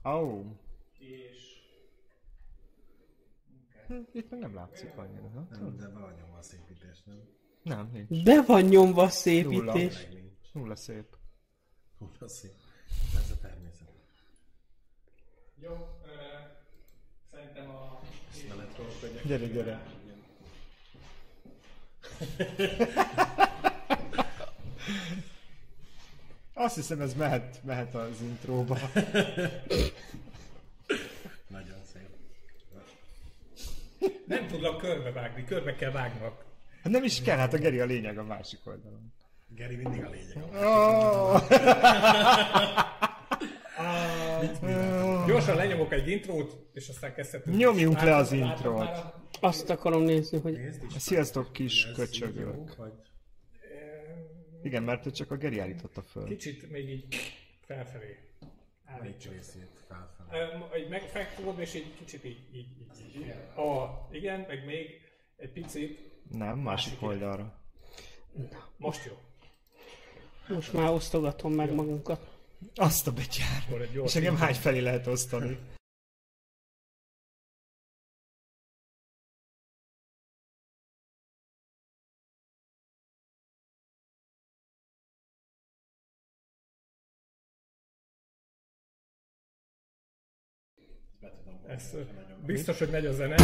És... Itt meg nem látszik annyira. Nem, de be van nyomva a szépítés, nem? Nem, nincs. Be van nyomva a szépítés. Nulla szép. Nulla szép. Ez a természet. Jó, szerintem a... Gyere. Azt hiszem, ez mehet az intróba. Nagyon szép. Nem tudlak körbevágni, körbe kell vágnak. Nem is kell, hát a Geri a lényeg a másik oldalon. Geri mindig a lényeg. Gyorsan lenyomok egy intrót, és aztán kezdhetünk. Nyomjunk le az intrót. Azt akarom nézni, hogy... Sziasztok, kis köcsögök. Igen, mert csak a Geri állította föl. Kicsit még így felfelé. Melyik részét felfelé? Így megfogod, és így kicsit így. Igen, meg még egy picit. Nem, másik oldalra. Most jó. Most már osztogatom meg magunkat. Azt a betyár. És engem hány felé lehet osztani? Ez biztos, hogy megy a zene.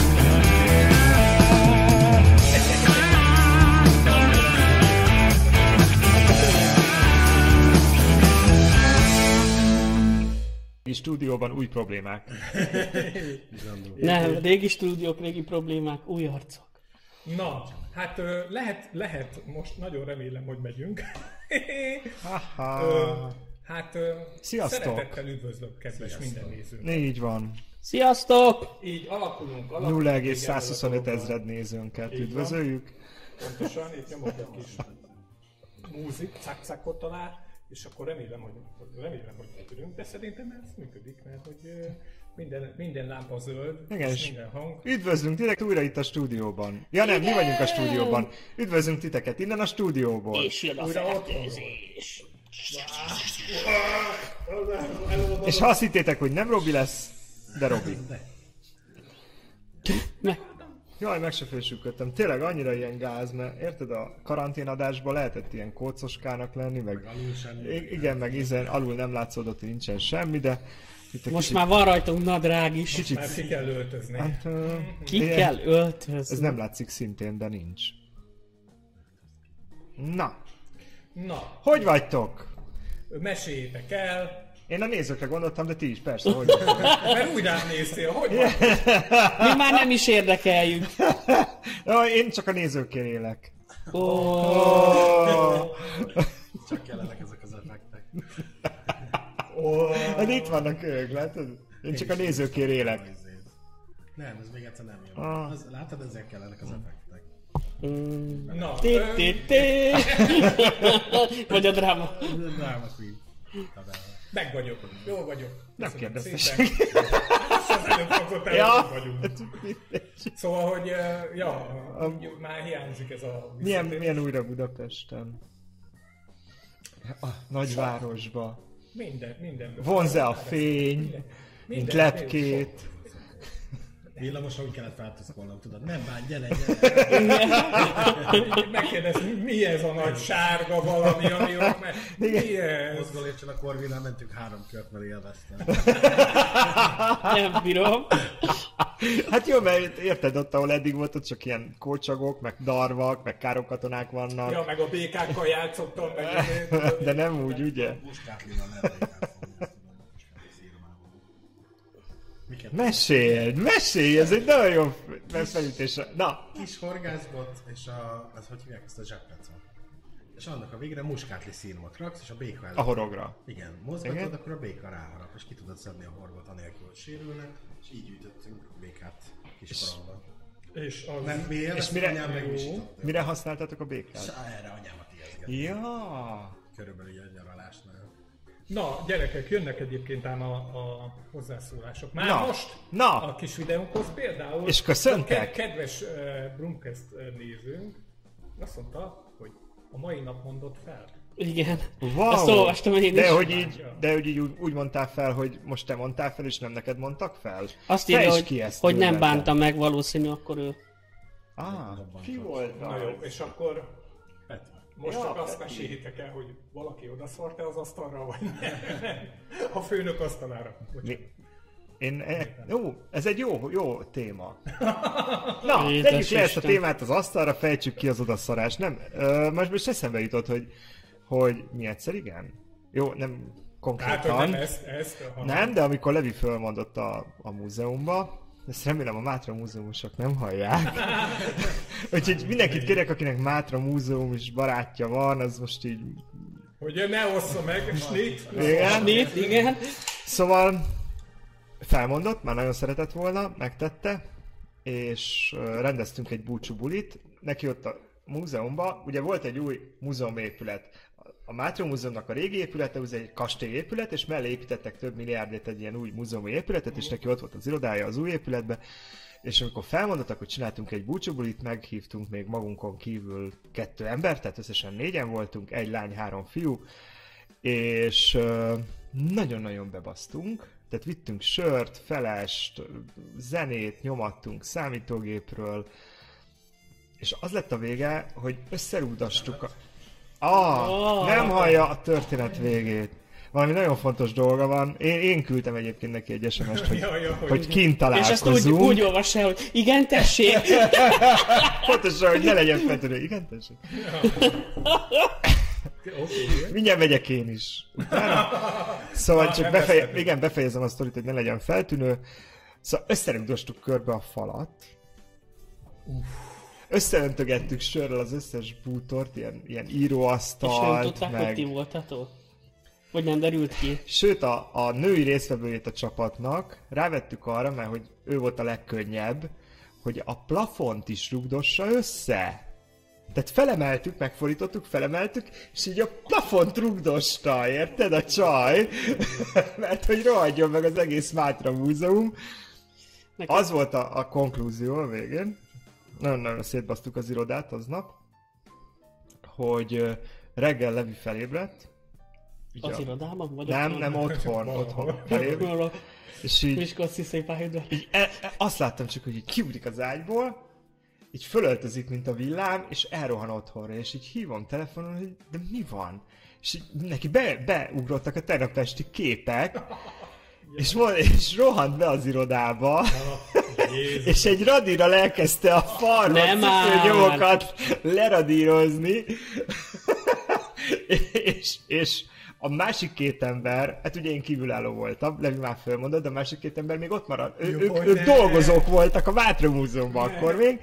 Stúdióban új problémák. Nem, régi stúdiók, régi problémák, új arcok. Na, hát lehet, most nagyon remélem, hogy megyünk. Hát sziasztok! Szeretettel üdvözlök, kedves minden nézőnk. Így van. Sziasztok! Így alakulunk. 0,125 ezred nézőnket üdvözöljük. Pontosan, itt nyomok egy kis múzik, cak-cakot alá, és akkor remélem, hogy működünk, de szerintem ez működik, mert hogy minden lámpa zöld, és minden hang. Üdvözlünk titeket újra itt a stúdióban. Ja nem, mi vagyunk a stúdióban. Üdvözlünk titeket innen a stúdióból. És jön a fertőzés. És ha azt hittétek, hogy nem Robi lesz, de Robi. Jaj, meg se felsüködtem. Tényleg annyira ilyen gáz, mert érted, a karanténadásban lehetett ilyen kócoskának lenni, meg igen, meg ízen, alul nem látszódott, hogy nincsen semmi, de itt most kicsit, már van rajtunk nadrág is. Kicsit, már ki kell öltözni. Hát, Kell öltözni. Ez nem látszik szintén, de nincs. Na, hogy vagytok? Meséljétek el. Én a nézőkre gondoltam, de ti is, persze, hogy Mert úgy rám néztél, hogy van? Mi már nem is érdekeljük. Én csak a nézőkért élek. Csak kellenek ezek az effektek. Hát itt vannak ők, látod? Én csak a nézőkért élek. Nem, ez még egyszer nem jó. Látod, ezek kellenek az effektek. Na, vagy a dráma. Dráma queen. meg vagyok, jól vagyok. Nem kérdeztek. Az előbb fogott el, vagyunk. Szóval, hogy már hiányzik ez a... Milyen újra Budapesten? A nagyvárosba. Minden. Vonz-e a fény, mint lepkét. Villamosan úgy kellett feltuszkolnom, tudod? Nem bánj, gyere! Megkérdezni, mi ez a nagy sárga valami, ami ott, mi ez? Mozgolépcsön a Corvinnál mentünk 3 kört, mert élveztem. Nem bírom. Hát jó, mert érted, ott, ahol eddig volt, ott csak ilyen kócsagok, meg darvak, meg károkatonák vannak. Ja, meg a békákkal játszottam, meg... De nem úgy, ugye? Muskátlina nem Mesélj, ez egy nagyon jó felütés. Na! Kis horgászbot, és az hogy hívják ezt a zseppecot. És annak a végre muskátli színmot raksz, és a béka előtt... A horogra. Igen, mozgatod, akkor a béka ráharap, és ki tudod szedni a horgot anélkül, hogy sérülne, és így ütöttünk a békát kis koromban. És az... Mert és mire használtatok a békát? Erre anyámat ijeszgetni. Ja. Körülbelül egy nyaralásnál. Na, gyerekek, jönnek egyébként ám a hozzászólások. Már most a kis videónkhoz például... És köszöntek? Kedves Brumcast nézőnk azt mondta, hogy a mai nap mondott fel. Igen. Wow. Ezt olvastam én is. De hogy így úgy mondtál fel, hogy most te mondtál fel, és nem neked mondtak fel? Azt írja, hogy nem bántam bánta meg, valószínű akkor ő. Ki volt? Na jó, és akkor most csak azt meséljétek el, hogy valaki odaszart-e az asztalra, vagy nem. A főnök asztalára. Jó, ez egy jó téma. Na, tegyük le ezt a témát az asztalra, fejtsük ki az odaszarást. Nem, most eszembe jutott, hogy mi egyszer igen? Jó, nem konkrétan. Hát, nem, nem, de amikor Levi fölmondott a múzeumba, ezt remélem a Mátra múzeumosok nem hallják. Úgyhogy mindenkit kérek, akinek Mátra múzeum is barátja van, az most így... Hogy ne ossza meg, Igen. Szóval felmondott, már nagyon szeretett volna, megtette, és rendeztünk egy búcsú bulit. Neki ott a múzeumban, ugye volt egy új múzeumépület. A Mátra Múzeumnak a régi épülete, az egy kastélyépület, és mellé építettek több milliárdért egy ilyen új múzeumi épületet, és neki ott volt az irodája az új épületben. És amikor felmondottak, hogy csináltunk egy búcsúbulit, meghívtunk még magunkon kívül 2 embert, tehát összesen 4-en voltunk, 1 lány, 3 fiú, és nagyon-nagyon bebasztunk. Tehát vittünk sört, felest, zenét, nyomattunk számítógépről, és az lett a vége, hogy összerúdastuk nem hallja a történet végét. Valami nagyon fontos dolga van. Én küldtem egyébként neki egy SMS-t, hogy kint találkozunk. És azt úgy olvass el, hogy igen, tessék! Pontosan, hogy ne legyen feltűnő. Igen, tessék? Mindjárt megyek én is. Utána. Szóval csak befejezem a sztorit, hogy ne legyen feltűnő. Szóval összerúgdostuk körbe a falat. Összeöntögettük sörrel az összes bútort, ilyen íróasztalt, és nem tudták, hogy ti voltatok? Vagy nem derült ki? Sőt, a női résztvevőjét a csapatnak rávettük arra, mert hogy ő volt a legkönnyebb, hogy a plafont is rugdossa össze. Tehát felemeltük, megfordítottuk, felemeltük, és így a plafont rugdosta, érted? A csaj. Mert hogy rohadjon meg az egész Mátra múzeum. Az volt a konklúzió a végén. Nagyon-nagyon szétbasztuk az irodát aznap, hogy reggel Levi felébredt. Az irodában? Vagy nem otthon felébredt. És így azt láttam csak, hogy így kiugrik az ágyból, így fölöltözik, mint a villám, és elrohan otthonra, és így hívom telefonon, hogy de mi van? És így neki beugrottak a tegnap esti képek, és rohant be az irodába, és egy radírral elkezdte a farmat, nyomokat leradírozni, és a másik 2 ember, hát ugye én kívülálló voltam, Levi már fölmondott, de a másik 2 ember még ott maradt. Ők dolgozók voltak a Mátra múzeumban akkor még,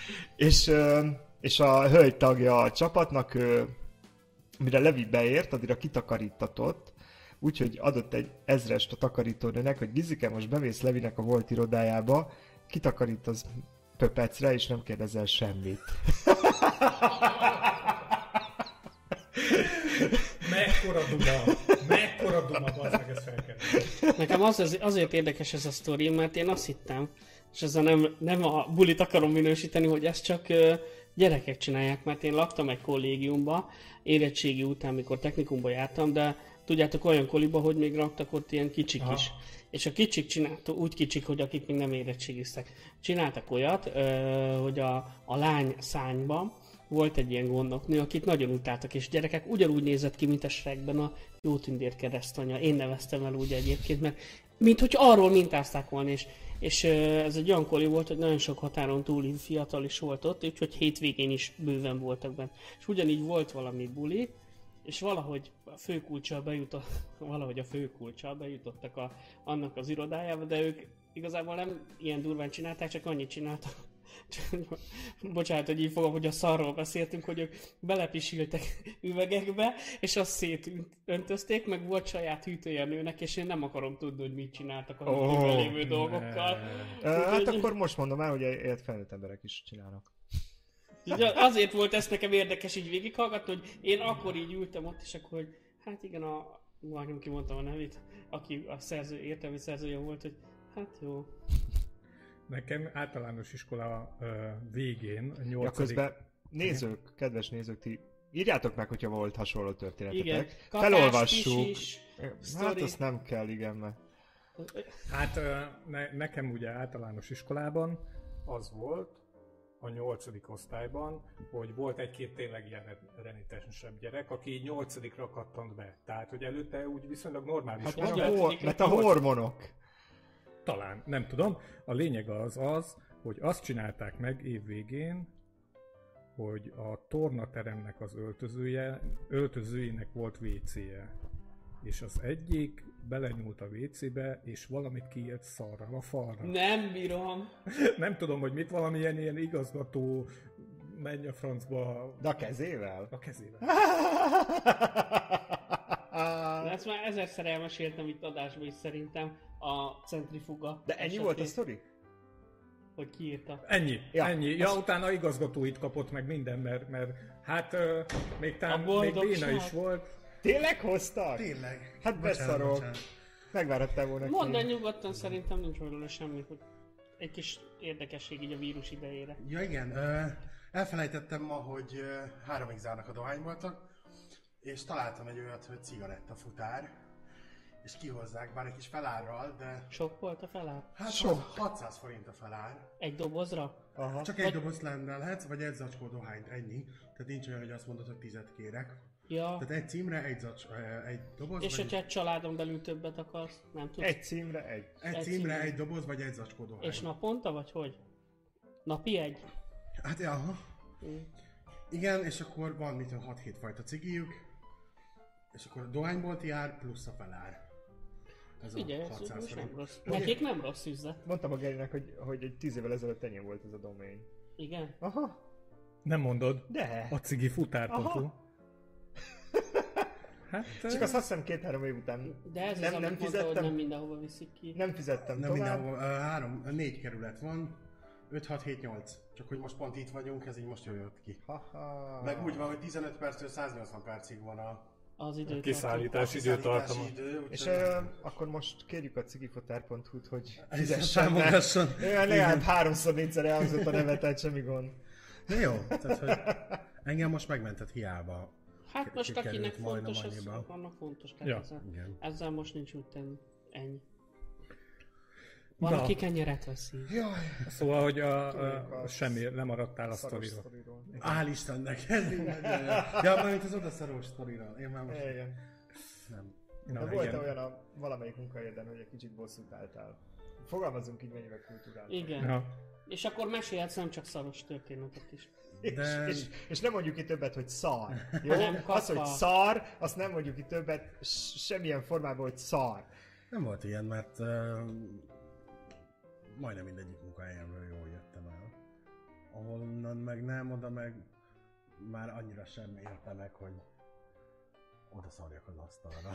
és a hölgy tagja a csapatnak, mire Levi beért, addigra kitakarítatott, úgyhogy adott egy 1000-est a takarítónőnek, hogy Gizike, most bemész Levinek a volt irodájába, kitakarítasz pöpecre, és nem kérdezel semmit. Mekkora duma, bazdmeg, ezt felkelni. Nekem azért érdekes ez a sztori, mert én azt hittem, és ezzel nem a bulit akarom minősíteni, hogy ezt csak gyerekek csinálják, mert én laktam egy kollégiumba, érettségi után, mikor technikumba jártam, de tudjátok, olyan koliba, hogy még raktak ott ilyen kicsik is. És a kicsik csináltak, úgy kicsik, hogy akik még nem érettségiztek, csináltak olyat, hogy a lány szányban volt egy ilyen gondnoknő, akit nagyon utáltak, és gyerekek ugyanúgy nézett ki, mint a Shrekben a Jó Tündér keresztanyja. Én neveztem el úgy egyébként, mert mint hogy arról mintázták volna, és ez egy olyan koli volt, hogy nagyon sok határon túli fiatal is volt ott, úgyhogy hétvégén is bőven voltak benne. És ugyanígy volt valami buli, és valahogy a főkulccsal bejutottak annak az irodájába, de ők igazából nem ilyen durván csinálták, csak annyit csináltak. Bocsánat, hogy így fogom, hogy a szarról beszéltünk, hogy ők belepisiltek üvegekbe, és azt szétöntözték, meg volt saját hűtője a nőnek, és én nem akarom tudni, hogy mit csináltak a hűtőben lévő dolgokkal. Hát akkor most mondom el, hogy ilyet felnőtt emberek is csinálnak. Azért volt ezt nekem érdekes így végighallgatni, hogy én akkor így ültem ott, és akkor, hogy hát igen, majdnem kimondtam a nevét, aki a értelmi szerzője volt, hogy hát jó. Nekem általános iskola végén, a 8. Ja, közben nézők, kedves nézők, ti Írjátok meg, hogyha volt hasonló történetetek. Igen. Felolvassuk. Hát sztori. azt nem kell, igen, mert... Hát nekem ugye általános iskolában az volt, a 8. osztályban, hogy volt egy-két tényleg ilyen renitensebb gyerek, aki 8-ra kattant be. Tehát, hogy előtte úgy viszonylag normális Hát volt. mert a hormonok. Talán, nem tudom. A lényeg az, hogy azt csinálták meg év végén, hogy a tornateremnek az öltözőjének volt WC-je. És az egyik belenyúlt a WC-be, és valamit kiírt szarra a falra. Nem bírom. Nem tudom, hogy mit, valamilyen ilyen igazgató menj a francba. De a kezével? A kezével. De ezt már ezerszer elmeséltem itt adásban is szerintem a centrifuga. De ennyi volt a sztori? Hogy kiírta. Ennyi, Ja, ennyi. Ja, utána igazgatóit kapott meg minden, mert hát még talán még boldogság. Déna is volt. Tényleg hoztak? Tényleg. Hát beszarok. Megvárattál volna ki. Mondd el nyugodtan, szerintem nincs belőle semmi, hogy egy kis érdekesség így a vírus idejére. Ja igen, elfelejtettem ma, hogy 3-ig zárnak a dohányboltok, és találtam egy olyat, hogy cigarettafutár, és kihozzák, bár egy kis felárral, de Sok volt a felár? hát Sok. 600 forint a felár. Egy dobozra? Aha. Csak egy doboz rendelhetsz, vagy egy zacskó dohányt, ennyi. Tehát nincs olyan, hogy azt mondod, hogy 10 kérek. Ja. Tehát egy címre, egy doboz, És vagy hogyha egy családon belül többet akarsz, nem tudsz? Egy címre egy. egy címre, egy doboz, vagy egy zacskó dohány. És naponta, vagy hogy? Napi egy? Hát ja. Igen, és akkor van mit 6-7 fajta cigiük, és akkor a dohánybolti ár plusz a felár. Ez Figyelj, a ez 600 most nem forint. rossz. Nekik nem rossz üzlet. Mondtam a Gerinek, hogy egy 10 évvel ezelőtt ennyi volt ez a domain. Igen? Aha. Nem mondod? De. A cigifutár.hu. Aha. Hát, Csak azt hiszem 2-3 év után De ez nem, az, nem amit mondta, hogy fizettem. nem mindenhova viszik ki. Nem fizettem Nem tovább. mindenhol, 4 kerület van, 5, 6, 7, 8. Csak hogy most pont itt vagyunk, ez így most jött ki. Haha. Meg úgy van, hogy 15 perctől 180 percig van Az időt. kiszállítási kiszállítási időtartama. idő, És úgyhogy akkor most kérjük a cigifotár.hu-t, hogy fizessen fizessen be. magasson. Olyan legalább 3-4-szer elhangzott a neve, tehát semmi gond. De jó, tehát hogy engem most megmentett hiába. Hát most Került akinek majdnem fontos, az annyiba. annak fontos. Ja, Tehát igen. ezzel most nincs úgy tenni. Ennyi. Van, Na. aki kenyeret veszi. Jaj, Szóval, hogy Tudjuk a semmi, nem maradtál a szaros sztoriról. sztoriról. Hál' Istennek, ez így nagyon jó. Ja, mármint az odaszarós sztoriról. Én már most Igen. nem. De Na, volt igen. olyan a valamelyik munkahelyeden, hogy egy kicsit bosszút álltál. Fogalmazunk így, mennyire kultúrált. Igen. Ja. És akkor mesélhetsz nem csak szaros történetet is. De- És nem mondjuk ki többet, hogy szar. Jó? Nem, Az, kaka. hogy szar, azt nem mondjuk ki többet semmilyen formában, hogy szar. Nem volt ilyen, mert majdnem mindegyik munkahelyemről jól jöttem el. Ahonnan meg nem, oda meg már annyira sem érte meg, hogy oda szarjak az asztalra.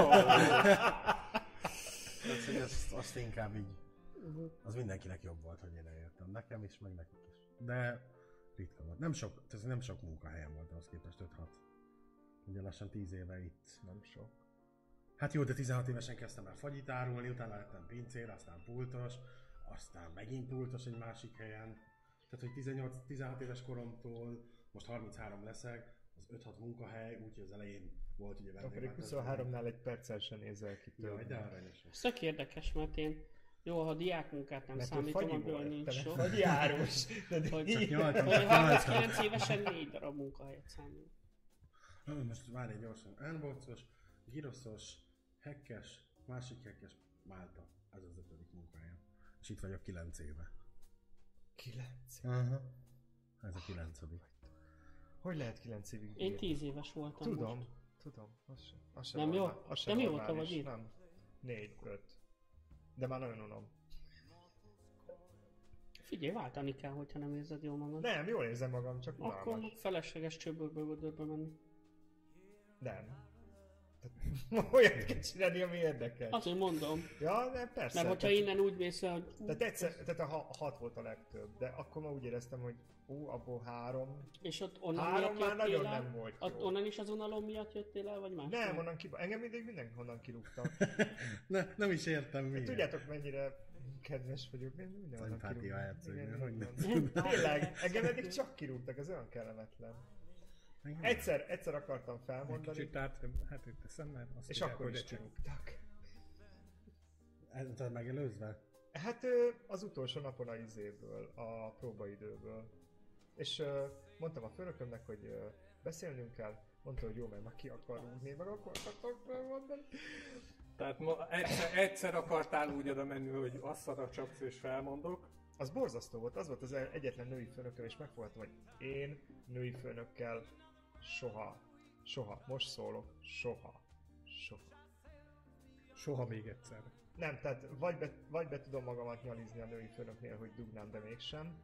Tehát, hogy azt inkább így, az mindenkinek jobb volt, hogy én eljöttem. Nekem is, meg nekik is. De ritka volt. Nem sok munkahelyem volt ahhoz képest 5-6. Ugye lassan 10 éve itt. Nem sok. Hát jó, de 16 évesen kezdtem el fagyit árulni, utána lettem pincér, aztán pultos, aztán megint pultos egy másik helyen. Tehát, hogy 16 éves koromtól, most 33 leszek, az 5-6 munkahely, úgyhogy az elején volt ugye Akkor egy 23-nál egy perccel sem nézel ki Jaj, több. de aranyos. Ez tök érdekes, mert én jó, ha diákmunkát nem Mert ő számítom, fagyi amiből volt, nincs te meg sok. vagy járós. Hogy Csak 8, hogy 39 évesen 4 darab munkahelyet számít. Most várj egy gyorsan. Unboxos, gyroszos, hekkes, másik hekkes, Málta. Ez az 5. munkahelyem. És itt vagyok 9 éve. 9. Aha. Ez a 9. Hogy lehet 9 évig Én bírni? 10 éves voltam Tudom, most. tudom. Az sem Nem jó? normál- az sem De mióta normális, vagy itt? Nem. 4, 5. De már nagyon unom. Figyelj, váltani kell, hogyha nem érzed jól magad. Nem, jól érzem magam, csak Akkor unalmas. meg felesleges csöbörbe gödörbe menni. Nem. Tehát, olyat kell csinálni, ami érdekes. Azért mondom. Ja, de persze. Mert hogyha innen úgy mész el, hogy Tehát egyszer, tehát a 6 volt a legtöbb, de akkor már úgy éreztem, hogy abból 3. és ott onnan 3 miatt már nagyon jöttél el? nem volt Ott, jó. onnan is az unalom miatt jöttél el, vagy más? Nem, onnan engem mindig mindenhonnan kirúgtak. Nem is értem miért. Tudjátok, mennyire kedves vagyok, én mindenhonnan Az empátia kirúgtak. hercegnő, Igen, hogy igen. nem tudom. Tényleg, engem eddig csak kirúgtak, ez olyan kellemetlen. Egyszer akartam felmondani, Kicsit hát itt teszem, mert azt és tudják, akkor hogy is egy csomó. kirúgtak. Tehát megelőzve? Hát az utolsó napon a izéből, a próbaidőből. És mondtam a főnökömnek, hogy beszélnünk kell. Mondta, hogy jó, mert már ki akar rúgni, meg akartak felmondani. Tehát egyszer akartál úgy oda menni, hogy asszara csapsz és felmondok. Az borzasztó volt, az volt az egyetlen női főnököm, és megfogadtam, hogy én női főnökkel soha, most szólok, soha. Soha még egyszer. Nem, tehát vagy be tudom magamat nyalizni a női főnöknél, hogy dugnám, de mégsem.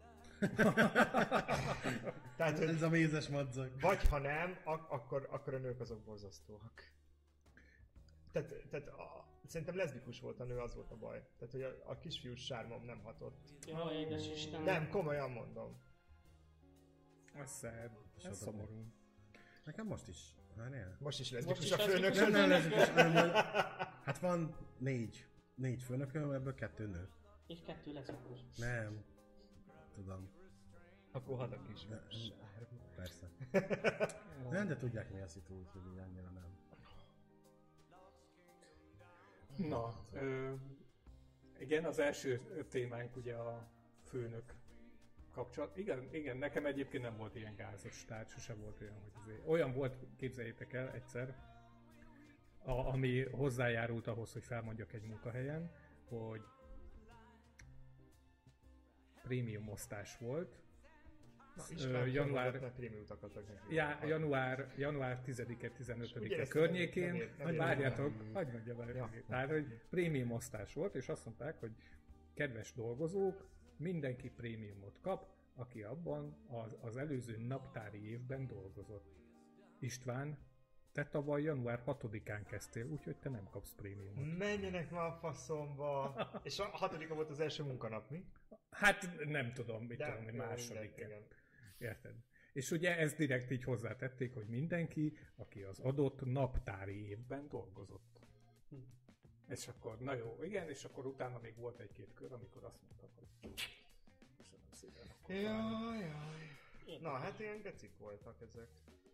Tehát, Ez a mézes madzag. vagy ha nem, akkor a nők azok borzasztóak. Tehát szerintem leszbikus volt a nő, az volt a baj. Tehát, hogy a kisfiús sármom nem hatott. Ja, édes Istenem. Nem, komolyan mondom. Ez szed. Ez szomorú. Nekem most is. Várjál? Most is Most leszbikus is a főnök. leszbikus a Nem főnök? leszbikus, hát van 4 főnököm, ebből 2 nő. És 2 leszbikus. Nem. Tudom. Akkor hadd is. Persze. Nem, de tudják mi a szitu, úgyhogy így annyira nem. Na, igen, az első témánk ugye a főnök kapcsolat. Igen, nekem egyébként nem volt ilyen gázos, tehát sose volt olyan, hogy azért. Olyan volt, képzeljétek el egyszer, ami hozzájárult ahhoz, hogy felmondjak egy munkahelyen, hogy prémium osztás volt. Január 10-e, 15-e környékén, várjátok, hagyd mondjam el. Tehát, hogy prémium osztás volt, és azt mondták, hogy kedves dolgozók, mindenki prémiumot kap, aki abban az előző naptári évben dolgozott. István, te tavaly január 6-án kezdtél, úgyhogy te nem kapsz prémiumot. Menjenek már a faszomba! És a 6-a volt az első munkanap, mi? Hát nem tudom, mit tudom, második. Érted? És ugye ezt direkt így hozzátették, hogy mindenki, aki az adott naptári évben dolgozott. És akkor, na jó, igen, és akkor utána még volt egy-két kör, amikor azt mondtam, hogy köszönöm szépen. Jaj. Na, hát ilyen gecik voltak ezek.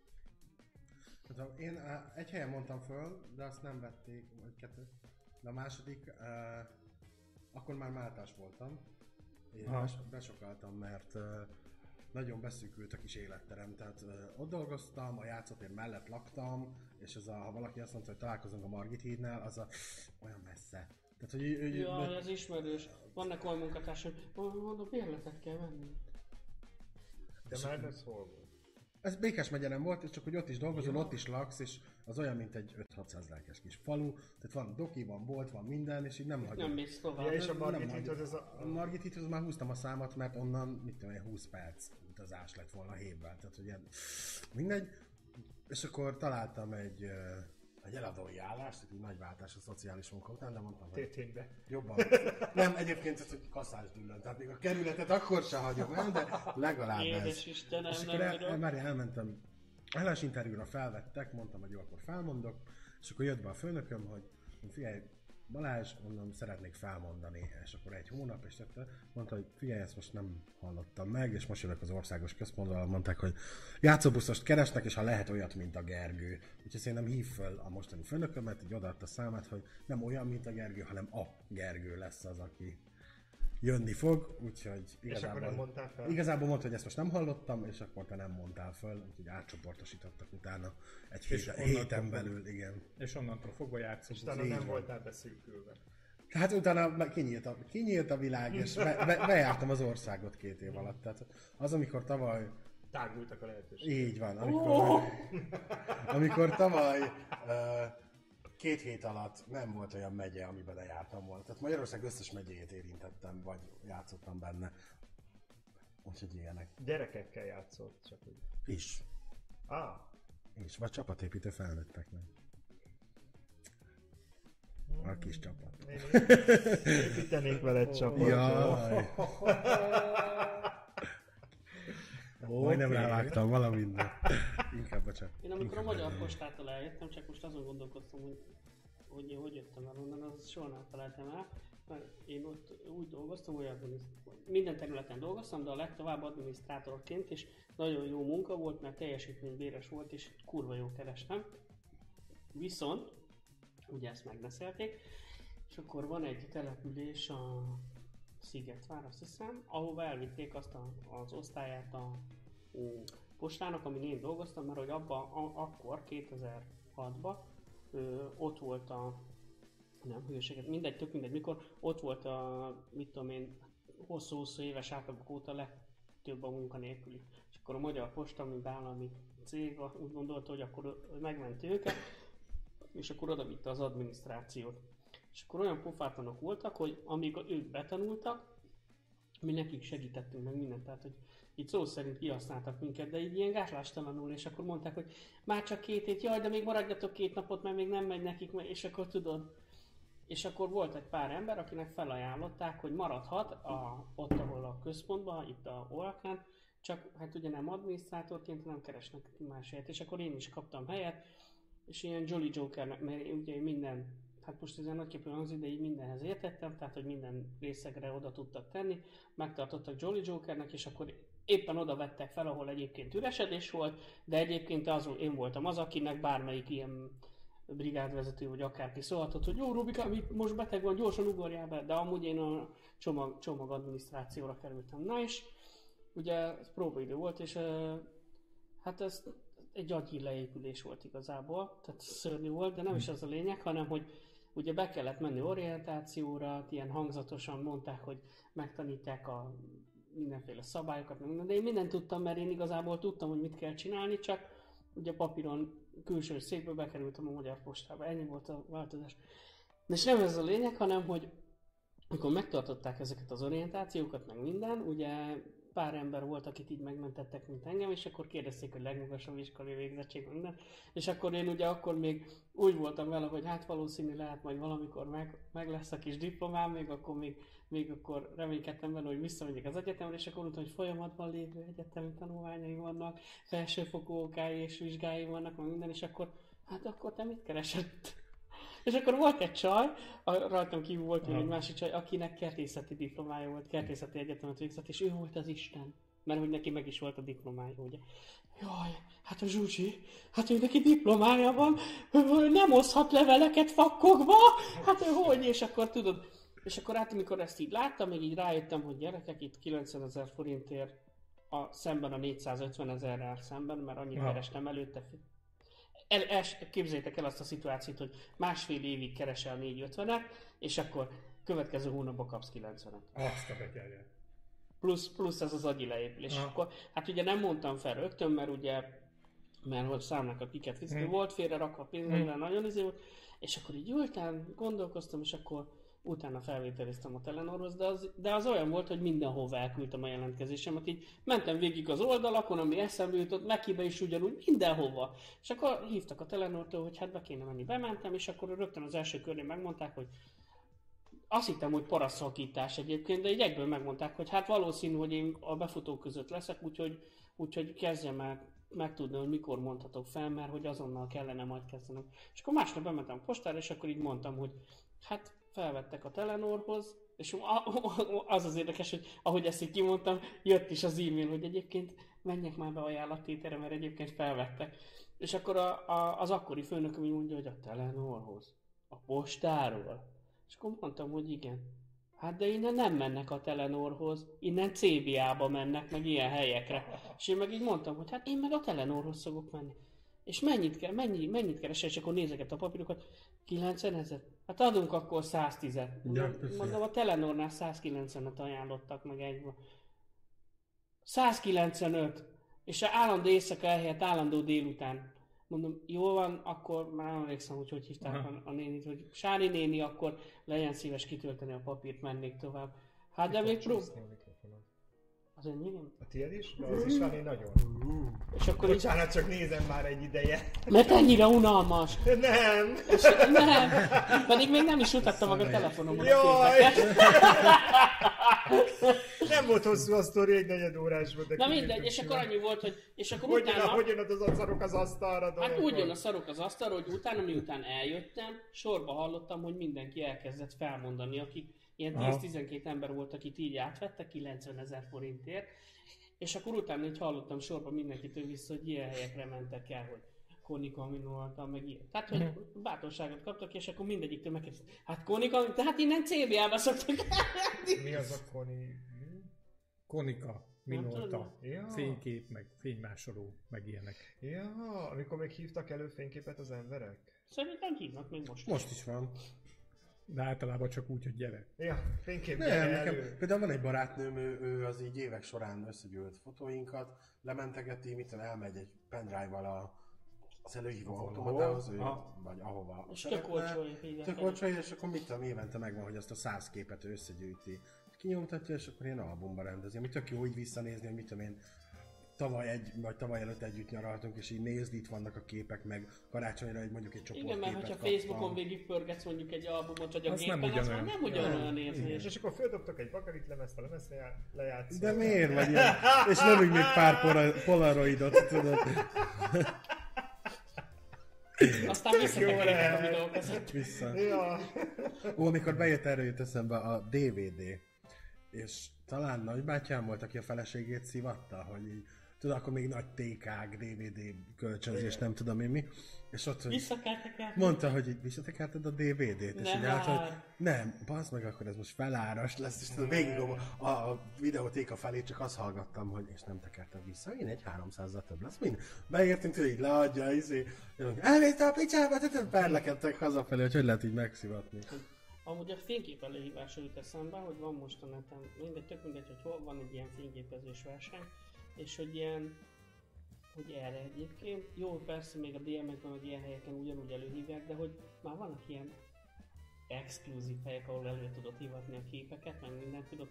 Hát, én egy helyen mondtam föl, de azt nem vették, vagy 2. De a második, akkor már máltás voltam. Én besokaltam, mert nagyon beszűkült a kis életterem, tehát ott dolgoztam, a játszótér mellett laktam, és ha valaki azt mondta, hogy találkozunk a Margit hídnál, az olyan messze. Tehát, hogy Jaj, ez ismerős. Vannak olyan munkatársak, hogy mondom, bérletet kell venni. De már ez hol volt? Ez Békás megye nem volt, és csak hogy ott is dolgozol, ott is laksz, és az olyan, mint egy 5-600 lelkes kis falu. Tehát van doki, van bolt, van minden, és így nem hagyom. Nem mész tovább. Ja, és a Nem Margit hagyom. hídhoz ez A Margit hídhoz már húztam a számat, mert onnan, mit tudom én, 20 perc utazás lett volna hétben. Tehát, hogy ilyen mindegy. És akkor találtam egy eladói állást, egy nagy váltás a szociális munka után, de mondtam, hogy TT-be. jobban. Nem, egyébként ez, hogy kasszás dűlön, tehát még a kerületet akkor sem hagyom el, de legalább ez. Édes Istenem, És nem akkor tudom. már elmentem, állásinterjúra felvettek, mondtam, hogy jó, akkor felmondok, és akkor jött be a főnököm, hogy figyelj, Balázs, mondom, szeretnék felmondani, és akkor 1 hónap, és mondta, hogy figyelj, ezt most nem hallottam meg, és most jövök az országos központból, mondták, hogy játszóbuszost keresnek, és ha lehet olyat, mint a Gergő. Úgyhogy szerintem hív föl a mostani főnökömet, így odaadta a számát, hogy nem olyan, mint a Gergő, hanem a Gergő lesz az, aki jönni fog, úgyhogy És akkor nem mondtál fel? Igazából mondta, hogy ezt most nem hallottam, és akkor te nem mondtál föl, úgyhogy átcsoportosítottak utána egy héten belül, igen. És onnantól fogva játszunk. Utána nem voltál beszűkülve. Hát utána kinyílt a világ, és bejártam az országot 2 év alatt. Tehát az, amikor tavaly... Tágultak a lehetőségek. Így van, amikor tavaly 2 hét alatt nem volt olyan megye, amiben lejártam volna. Tehát Magyarország összes megyéjét érintettem, vagy játszottam benne. Úgyhogy ilyenek. Gyerekekkel játszott, csak úgy. Is. És vagy csapatépítő felnőtteknek. A kis csapat. Építenék veled csapat. Jaj. Majdnem rávágtam valamit, de inkább bocsánat. Én amikor a Magyar Postától eljöttem, csak most azon gondolkoztam, hogy jöttem el onnan, az soha nem felejtem el. én ott úgy dolgoztam, hogy minden területen dolgoztam, de a legtovább adminisztrátorként, és nagyon jó munka volt, mert teljesítménybéres volt, és kurva jó kerestem. Viszont, ugye ezt megbeszélték, és akkor van egy település a Szigetvár, azt hiszem, ahova elvitték azt az osztályát a postának, amin én dolgoztam, mert hogy akkor 2006-ban ott volt nem hülyeséget, mindegy, tök mindegy, mikor ott volt mit tudom én, hosszú-hosszú éves átlagok óta legtöbb a munkanélküli. És akkor a Magyar Posta, mint állami cég úgy gondolta, hogy akkor megmenti őket, és akkor oda vitte az adminisztrációt. És akkor olyan pofátlanok voltak, hogy amíg ők betanultak, mi nekik segítettünk meg mindent, tehát hogy itt szó szerint kihasználtak minket, de így ilyen gátlástalanul, és akkor mondták, hogy már csak 2 hét, jaj, de még maradjatok 2 napot, mert még nem megy nekik, és akkor tudod. És akkor volt egy pár ember, akinek felajánlották, hogy maradhat ott, ahol a központban, itt a Olkán, csak hát ugye nem adminisztrátorként, nem keresnek más helyet, és akkor én is kaptam helyet, és ilyen Jolly Jokernek, mert ugye minden, hát most ezen nagyképpen hangzik, de így mindenhez értettem, tehát hogy minden részegre oda tudtak tenni, megtartottak Jolly Jokernek, és akkor éppen oda vettek fel, ahol egyébként üresedés volt, de egyébként én voltam az, akinek bármelyik ilyen brigádvezető vagy akárki szólhatott, hogy jó Rubika, most beteg van, gyorsan ugorjál be, de amúgy én a csomag adminisztrációra kerültem. Na és ugye ez próbaidő volt, és hát ez egy agyi leépülés volt igazából, tehát szörnyű volt, de nem is az a lényeg, hanem hogy ugye be kellett menni orientációra, ilyen hangzatosan mondták, hogy megtanítják a mindenféle szabályokat, de én mindent tudtam, mert én igazából tudtam, hogy mit kell csinálni, csak ugye papíron külső székből bekerültem a Magyar Postába, ennyi volt a változás. De és nem ez a lényeg, hanem hogy amikor megtartották ezeket az orientációkat, meg minden, ugye pár ember volt, akit így megmentettek, mint engem, és akkor kérdezték, hogy legmagasabb iskolai végzettség, minden. És akkor én ugye akkor még úgy voltam vele, hogy hát valószínű lehet majd valamikor meg lesz a kis diplomám, még akkor reménykedtem benne, hogy visszamegyek az egyetemre, és akkor mondtam, hogy folyamatban lévő egyetemi tanulmányai vannak, felsőfokú okái és vizsgái vannak, meg minden, és akkor hát akkor te mit keresett? És akkor volt egy csaj, rajtam kívül volt egy másik csaj, akinek kertészeti diplomája volt, kertészeti egyetemet végzett, és ő volt az Isten. Mert hogy neki meg is volt a diplomája, ugye. Jaj, hát a Zsuzsi, hát ő neki diplomája van, nem oszhat leveleket fakkokba, hát ő hogy, és akkor tudod. És akkor hát amikor ezt így láttam, még így rájöttem, hogy gyerekek, itt 90 000 forintért szemben a 450 000-rel szemben, mert annyit kerestem előtte. Képzeljétek el azt a szituációt, hogy másfél évig keresel 450-et, és akkor következő hónapban kapsz 90-et. Azt a betyárját. Plusz ez az agyi leépülés. Akkor, hát ugye nem mondtam fel rögtön, mert hogy számlákat kiket fizetni, volt félre rakva pénzemre, nagyon izé volt, és akkor így ültem, gondolkoztam, és akkor utána felvételiztem a Telenorhoz, de az olyan volt, hogy mindenhova elküldtem a jelentkezésemet, így mentem végig az oldalakon, ami eszembe jutott, Mekibe is ugyanúgy, mindenhova. És akkor hívtak a Telenortól, hogy hát be kéne menni, bementem, és akkor rögtön az első körén megmondták, hogy azt hittem, hogy paraszszakítás egyébként, de így egyből megmondták, hogy hát valószínű, hogy én a befutók között leszek, úgyhogy kezdjem el megtudni, hogy mikor mondhatok fel, mert hogy azonnal kellene majd kezdenem. És akkor másnap bementem a postára, és akkor így mondtam, hogy hát felvettek a Telenorhoz, és az érdekes, hogy ahogy ezt így kimondtam, jött is az e-mail, hogy egyébként menjek már be ajánlattételre, mert egyébként felvettek. És akkor az akkori főnököm így mondja, hogy a Telenorhoz, a postáról. És akkor mondtam, hogy igen. Hát de innen nem mennek a Telenorhoz, innen CBA-ba mennek, meg ilyen helyekre. És én meg így mondtam, hogy hát én meg a Telenorhoz szokok menni. És mennyit keresel, és akkor nézeket a papírokat, 90 000. Hát adunk akkor 110-et. Mondom, a Telenornál 190-et ajánlottak meg egyből. 195. És állandó éjszaka elhelyett állandó délután. Mondom, jól van, akkor már emlékszem, hogy hívták a nénit, hogy Sári néni, akkor legyen szíves kitölteni a papírt, mennék tovább. Hát de még az enyém? A tiéd is? De az is van, én nagyon. És akkor bocsánat, csak nézem már egy ideje. Mert ennyire unalmas. Nem. Nem. Pedig még nem is mutattam meg a telefonomon a képeket. Nem volt hosszú a sztori, egy negyed órásban. Na mindegy, és akkor annyi volt, hogy... És akkor hogy utána... Hogy jön az a szarok az asztalra? Hát úgy jön a szarok az asztalra, hogy utána, miután eljöttem, sorba hallottam, hogy mindenki elkezdett felmondani, akik ilyen 10-12 ember volt, akit így átvette 90 000 forintért. És akkor utána így hallottam sorba mindenkitől vissza, hogy ilyen helyekre mentek el, hogy Konika minoltam, meg ilyen. Tehát, hogy bátorságot kaptak, és akkor mindegyiktől megkérdeztem, hát Konika, tehát innen CBA-ba szoktak elmenni. Mi az a Koni? Konika, Minolta, Ja. fénykép, meg fénymásoló, meg ilyenek. Ja, amikor még hívtak elő fényképet az emberek? Szerintem hívnak még most. Most is van. De általában csak úgy, hogy gyere. Ja, fénykép Nem, gyere nekem elő. például van egy barátnőm, ő az így évek során összegyűlt fotóinkat, lementegeti, mit tudom, elmegy egy pendrive-val az előhívó automatához, vagy ahova És tök olcsó, tök olcsó, és akkor mit tudom, évente megvan, hogy azt a 100 képet ő összegyűjti. Kinyomtatja, és akkor ilyen albumba rendezi, ami tök jó így visszanézni, hogy mit tudom én, tavaly előtt együtt nyaraltunk, és így nézd, itt vannak a képek, meg karácsonyra mondjuk egy csoportképet igen, mert hogyha kaptam. Facebookon végigpörgetsz mondjuk egy albumot, vagy a Az gépen, nem az már ugyanolyan. nem ugyanolyan érzés. És akkor földobtak egy bakaritlemezt, a lemezt lejátszol. De miért vagy ilyen? És nem úgy még pár polaroidot, tudod? Aztán visszatekerek a videókat. Vissza. Ja. Ó, amikor bejött, erről jut eszembe a DVD, és talán nagybátyám volt, aki a feleségét szivatta, hogy így, tudod, akkor még nagy TK-k, DVD kölcsönzés, nem tudom én mi, és ott, hogy Visszakeltek. mondta, hogy így visszatekerted a DVD-t, és Nem így állt, hogy már. nem, bazd meg, akkor ez most feláras lesz, és tudod, végig a videótéka felé csak azt hallgattam, hogy és nem tekerted vissza, én egy 300-zal több lesz, mind. Beértünk, hogy így leadja, elvészte a picsába, tehát perlekedtek hazafelé, hogy lehet így megszivatni. Amúgy a fénykép előhívásra jut eszembe, hogy van most a neten, tök mindegy, hogy hol van egy ilyen fényképezős verseny, és hogy ilyen, hogy erre egyébként, jó, persze még a DM-ekben, meg ilyen helyeken ugyanúgy előhívják, de hogy már vannak ilyen exkluzív helyek, ahol elő tudod hívatni a képeket, meg mindent tudod,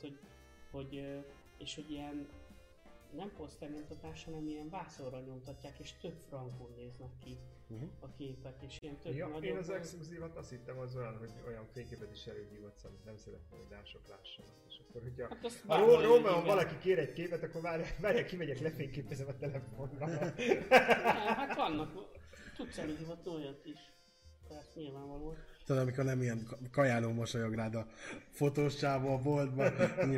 és hogy ilyen nem poszternyomtatás, hanem ilyen vászonra nyomtatják, és több frankon néznek ki a képek, és ilyen több Ja, nagyobb... én az exkluzívat azt hittem az olyan, hogy olyan fényképet is előhívhatsz, amit nem szeretném, hogy mások lássanak. És akkor, hogyha Hát azt a bárhol Rómeon előhívják. valaki kér egy képet, akkor várják, kimegyek, lefényképezem a telefonra. Nem, hát vannak, tudsz előhívatni olyat is. Persze, nyilvánvaló. Tudod, amikor nem ilyen kajáló mosolyog rád a fotós csávó a boltban.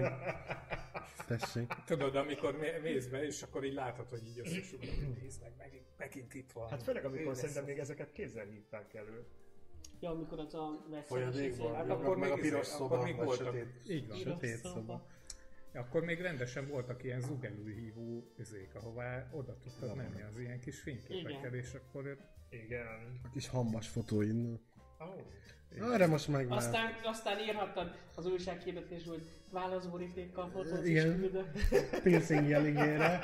Tessék. Tudod, amikor mész be, és akkor így látod, hogy így összesugod, hogy nézd meg, megint itt van. Hát főleg amikor Ő szerintem lesz még ezeket kézzel hívták elő. Ja, amikor az a Folyadékban. Hát Meg akkor meg a még piros izé, szoba, akkor még vagy voltak. sötét. Így van. Sötét Piros szoba. Akkor még rendesen voltak ilyen zugelújhívó üzék, ahová oda tudtad menni az ilyen kis fényképekkel, Igen. és akkor Igen. A kis hambas fotóin. Oh. Arra most meg már. Aztán írhattad az újsághirdetésre, hogy válaszborítékkal fotót is Igen. küldök. Piercing jeligére.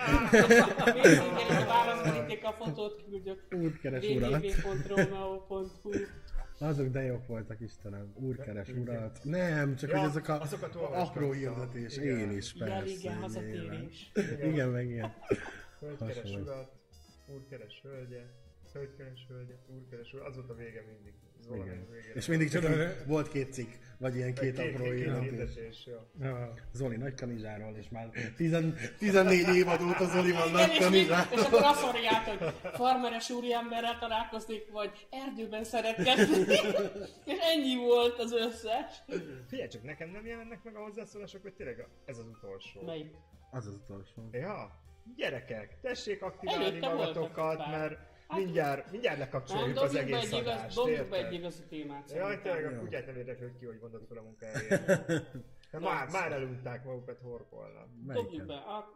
A válaszborítékkal fotót küldök. Útkeres urat. www.romeo.hu. Azok de jók voltak, Istenem. Úrkeres urat. Nem, csak Ja, hogy ezek a azokat olvastam. apró hirdetés. Igen. Én is, persze. Jel, igen, nyilván. hazatérés. Igen, meg ilyen. Hölgykeres Hasonló. urat, úrkeres hölgye, hölgykeres hölgye, úrkeres urat, az volt a vége mindig. Ez valami Igen. végére. És mindig csak volt két cikk, vagy ilyen két apró Két hirdetés. hirdetés, jó. Zoli nagy kanizsáról, és már 14 évad óta Zoli van nagy És kanizsáról. akkor azt mondja át, hogy farmeres úriemberrel találkoznék, vagy erdőben szeretkezni. És ennyi volt az összes. Figyelj csak, nekem nem jelennek meg a hozzászólások, hogy tényleg ez az utolsó. Melyik? Az az utolsó. Ja, gyerekek, tessék aktiválni Előtte voltak magatokat, pár. mert Hát- mindjárt lekapcsoljuk az egész adást, dobjuk be egy érted? igazi témát. Jaj, szerintem. tényleg a Jó. kutyát nem érdekli, hogy ki hogy mondott fel a munkáját. Már elunták magukat horkolnak. Dobjuk Melyiket? be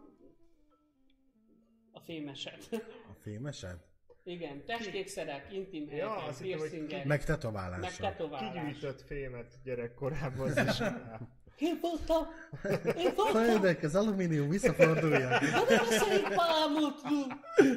a fémeset. A fémeset? Igen, testékszerek, intim Ja, helyek, azt hittem, hogy piercingek, Meg meg tetoválások. tetoválás. Kigyűjtött fémet gyerekkorában az is. Én voltam! Én voltam! Földek, az alumínium visszafordulja. Hát nem szerint pámot!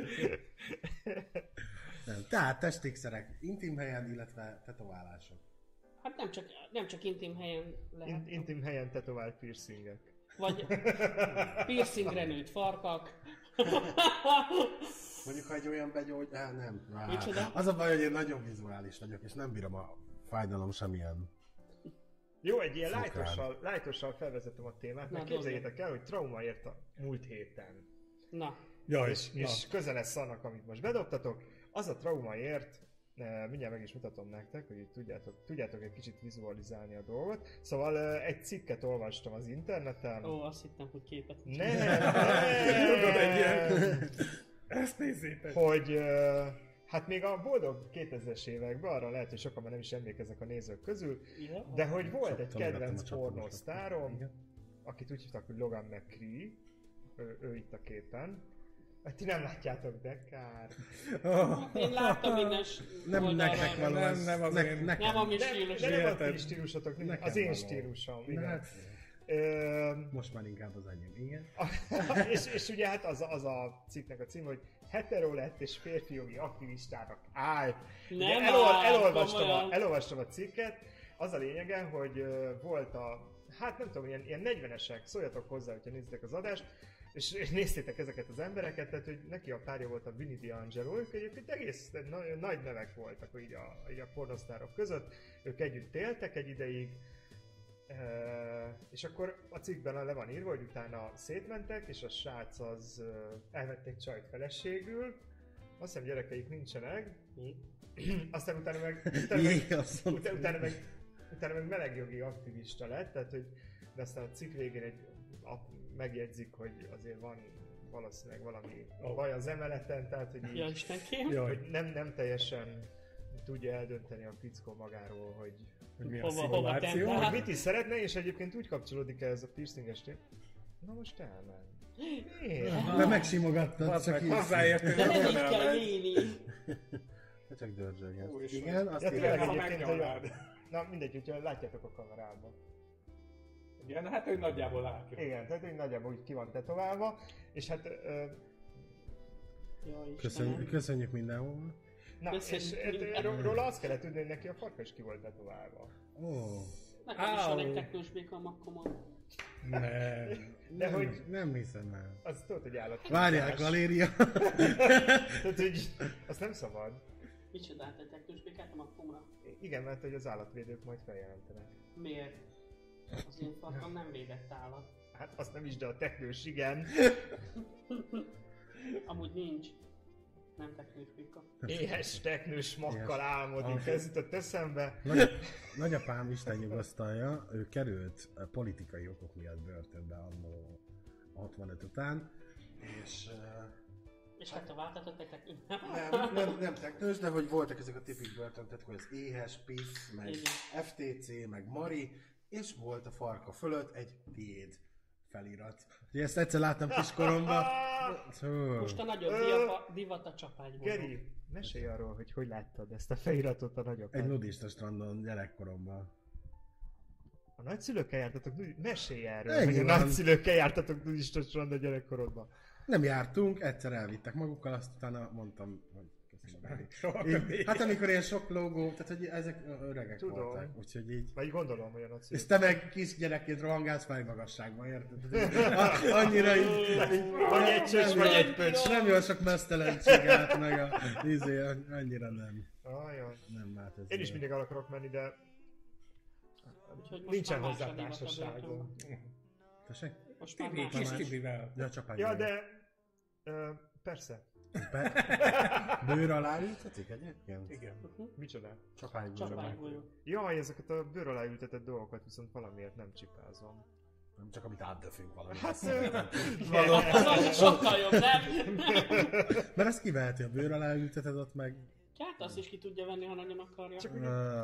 Nem. Tehát testékszerek intim helyen, illetve tetoválások. Hát nem csak intim helyen lehet. Intim helyen tetovált piercingek. Vagy piercingre nőtt farkak. Mondjuk, ha egy olyan begyógy... nem. Micsoda? Az a baj, hogy én nagyon vizuális vagyok, és nem bírom a fájdalom semmilyen Jó, egy ilyen Fokán. lightossal felvezetem a témát, mert Na, képzeljétek el, hogy trauma ért a múlt héten. Na, Jaj, És közel lesz annak, amit most bedobtatok. Az a trauma ért, mindjárt meg is mutatom nektek, hogy tudjátok egy kicsit vizualizálni a dolgot. Szóval egy cikket olvastam az interneten. azt hittem, hogy képet. Tudod, egy ilyen... Ezt nézzétek! Hogy hát még a boldog 2000-es években, arra lehet, hogy sokan már nem is emlékeznek a nézők közül, Ja. de hogy volt egy Csaptam, kedvenc írtam a pornósztárom, Igen. akit úgy hívtak, hogy Logan McCree, ő itt a képen. Hát ti nem látjátok, de kár. Én láttam minden Nem nektek való ez. Nem az én- Nekem. Nem a mi stílus. De nem a Hiheted. ti stílusotok, Nekem az én való. stílusom. Na, Igen. hát, Ö, most már inkább az enyém, igen. és ugye hát az a cikknek a cím, hogy hetero lett és férfi jogi aktivistának állt. Ugye Nem áll, komolyan. elolvastam a cikket, az a lényege, hogy volt hát nem tudom, ilyen 40-esek, szóljatok hozzá, hogyha nézitek az adást, és néztétek ezeket az embereket, tehát hogy neki a párja volt a Vinnie D'Angelo, ők egyébként egész nagy nevek voltak így a pornosztárok között, ők együtt éltek egy ideig, és akkor a cikkben le van írva, hogy utána szétmentek, és a srác az elvették csajt feleségül, azt hiszem gyerekeik nincsenek, aztán utána meg melegjogi aktivista lett, tehát hogy de aztán a cikk végén megjegyzik, hogy azért van valószínűleg valami baj az emeleten, tehát hogy Ja, így, Istenkém. hogy nem teljesen tudja eldönteni a fickó magáról, hogy Mi a Hova szimuláció? tenned? hogy mit is szeretne, és egyébként úgy kapcsolódik ez a piercinges téma. Na most elment. Miért? De megsimogattad, Az csak meg így. hozzáértünk, De nem akkor így kell elmegy. néni. De csak dörzsölj. Úristen. Igen, azt Ja, írja. tényleg ha egyébként, hogy megnyomnád. na mindegy, hogyha látjátok a kamerában. Igen, hát ő nagyjából látja. Igen, tehát hogy nagyjából úgy ki van tetoválva, és hát Ja, Istenem. Köszönjük mindenhol. na, Köszönjük és mindenhol. róla azt kellett tudni, hogy neki a farka is ki volt tetoválva. Ó, Nekem is van Áú. egy teknős béka a makkomon. Nem. De hogy nem hiszem el. az tudod, hogy állat. Várják, Valéria. Tehát, hogy azt nem szabad. Micsodát egy teknős békát a makkomra? Igen, mert hogy az állatvédők majd feljelentenek. Miért? Az én farkam nem védett állat. Hát azt nem is, de a teknős igen. Amúgy nincs. Nem teknős béka. Éhes teknős makkal Éhes. álmodik, ez jutott eszembe. Nagyapám Isten nyugosztalja, ő került politikai okok miatt börtönbe annó 65 után, és És tetováltatott egy teknős. nem teknős, de hogy voltak ezek a tipik börtöntetek, hogy az éhes, pisz, meg Igen. FTC, meg Mari, és volt a farka fölött egy tiéd felirat. Ugye ezt egyszer láttam kiskoromban. Most a nagyobb divat a csapágyból. Geri, mesélj arról, hogy láttad ezt a feliratot a nagyapád. Egy nudista strandon gyerekkoromban. A nagyszülőkkel jártatok, mesélj erről, hogy Ennyi a van. nagyszülőkkel jártatok nudista strandon gyerekkorodban. Nem jártunk, egyszer elvittek magukkal, azt utána mondtam, hogy köszönöm. Gáli. Soha Így, többé. hát amikor ilyen sok logó, tehát hogy ezek öregek Tudom. voltak, úgyhogy így. Vagy gondolom, hogy a És nagyszülők. te meg kisgyerekként rohangálsz fejmagasságban, érted? Annyira így... Vagy egy csöcs, vagy egy pöcs. Nem jó sok mesztelen csigát, meg a annyira nem. Ajaj. Nem, hát ez... Én is mindig el akarok menni, de Úgyhogy most nincsen már hozzá más a divat a társaságom. börtönben. Tessék? Most már Tibi, más. kis más. Tibivel. Ja, csapágy. Ja, de... persze. Bőr alá ültetik egyébként? Igen. Micsoda? Csapágy. Csapágygolyó. Jaj, ezeket a bőr alá ültetett dolgokat viszont valamiért nem csipázom. Nem csak amit átdöfünk valami. Hát... Az sokkal jobb, nem? Mert ezt kiveheti a bőr alá ülteted ott meg. Hát azt is ki tudja venni, ha nagyon akarja. Csak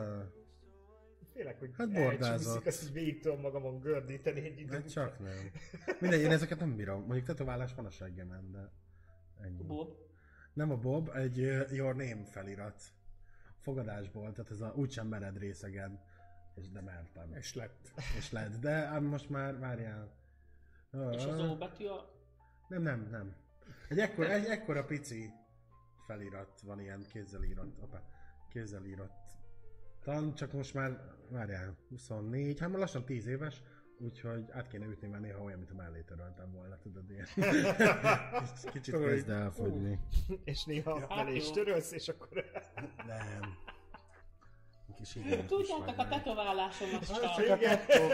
félek, hogy Hát bordázott. elcsúszik, azt így végig tudom magamon gördíteni egy időt. Hát csak nem. Mindegy, én ezeket nem bírom. Mondjuk tetoválás van a seggemen, de ennyi. Bob. Nem a Bob, egy Your Name felirat. Fogadásból, tehát ez a úgysem mered részegen. És de mertem. És lett. És lett. De ám most már, várjál. És az O betű a... Nem. Egy ekkora pici felirat van ilyen kézzel írott. Kézzel írott. Talán csak most már, várjál, 24, hát már lassan 10 éves, úgyhogy át kéne ütni már néha olyan, mint a mellé töröltem volna, tudod, ilyen. Kicsit kezd elfogyni. És néha Hát felé is jó. törölsz, és akkor... Nem. Kis higiénikus Tudjátok, a vagy. tetoválásom az Csak csak. a tetkó.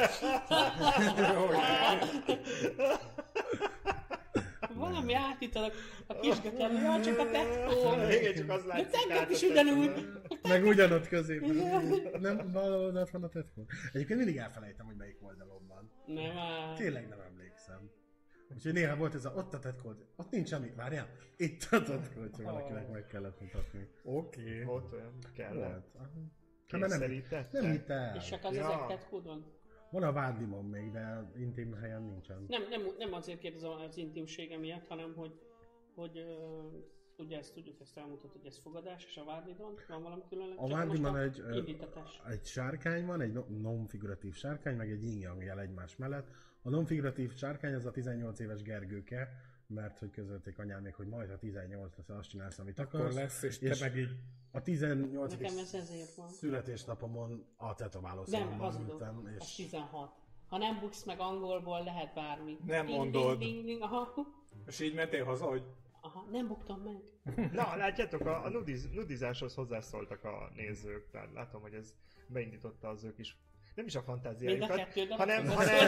Valami átít a kisgatyám, jaj, csak a tetkó. Igen, csak az De látszik tegnap át is a ugyanúgy. tetőben. Meg ugyanott középen. Nem valahol ott van a tetkó. Egyébként mindig elfelejtem, hogy melyik oldalon van. Nem áll. Tényleg nem emlékszem. Úgyhogy néha volt ez ott a tetkód. Ott nincs semmi. Várjál, itt a tetkó, hogyha valakinek meg kellett mutatni. Oké. Ott olyan kellett. Hát mert Kényszerítette? nem hitt el. És csak az Ja. ezek tetkódon? Van a vádlimon még, de intim helyen nincsen. Nem azért kérdezem az intimsége miatt, hanem hogy ugye ezt tudjuk, ezt elmutat, hogy ez fogadás, és a Vádlidon van valami különleges. A Vádlimon indítatás. egy sárkány van, egy non-figuratív sárkány, meg egy yin-yang jel egymás mellett. A non-figuratív sárkány az a 18 éves Gergőke, mert hogy közölték anyámék, hogy majd ha 18 lesz, azt csinálsz, amit akarsz. Akkor lesz, és te És meg így... a 18. Nekem ez ezért van. születésnapomon a tetováló Nem, szalomban hazudok. ültem, Az és 16. Ha nem buksz meg angolból, lehet bármi. Nem Ding, mondod. Ding, ding, ding. Aha. És így mentél haza, hogy... Aha, nem buktam meg. Na, látjátok, a nudizáshoz hozzászóltak a nézők, tehát látom, hogy ez beindította az ők is. Nem is a Mind a fantáziáikat, kettő darab hanem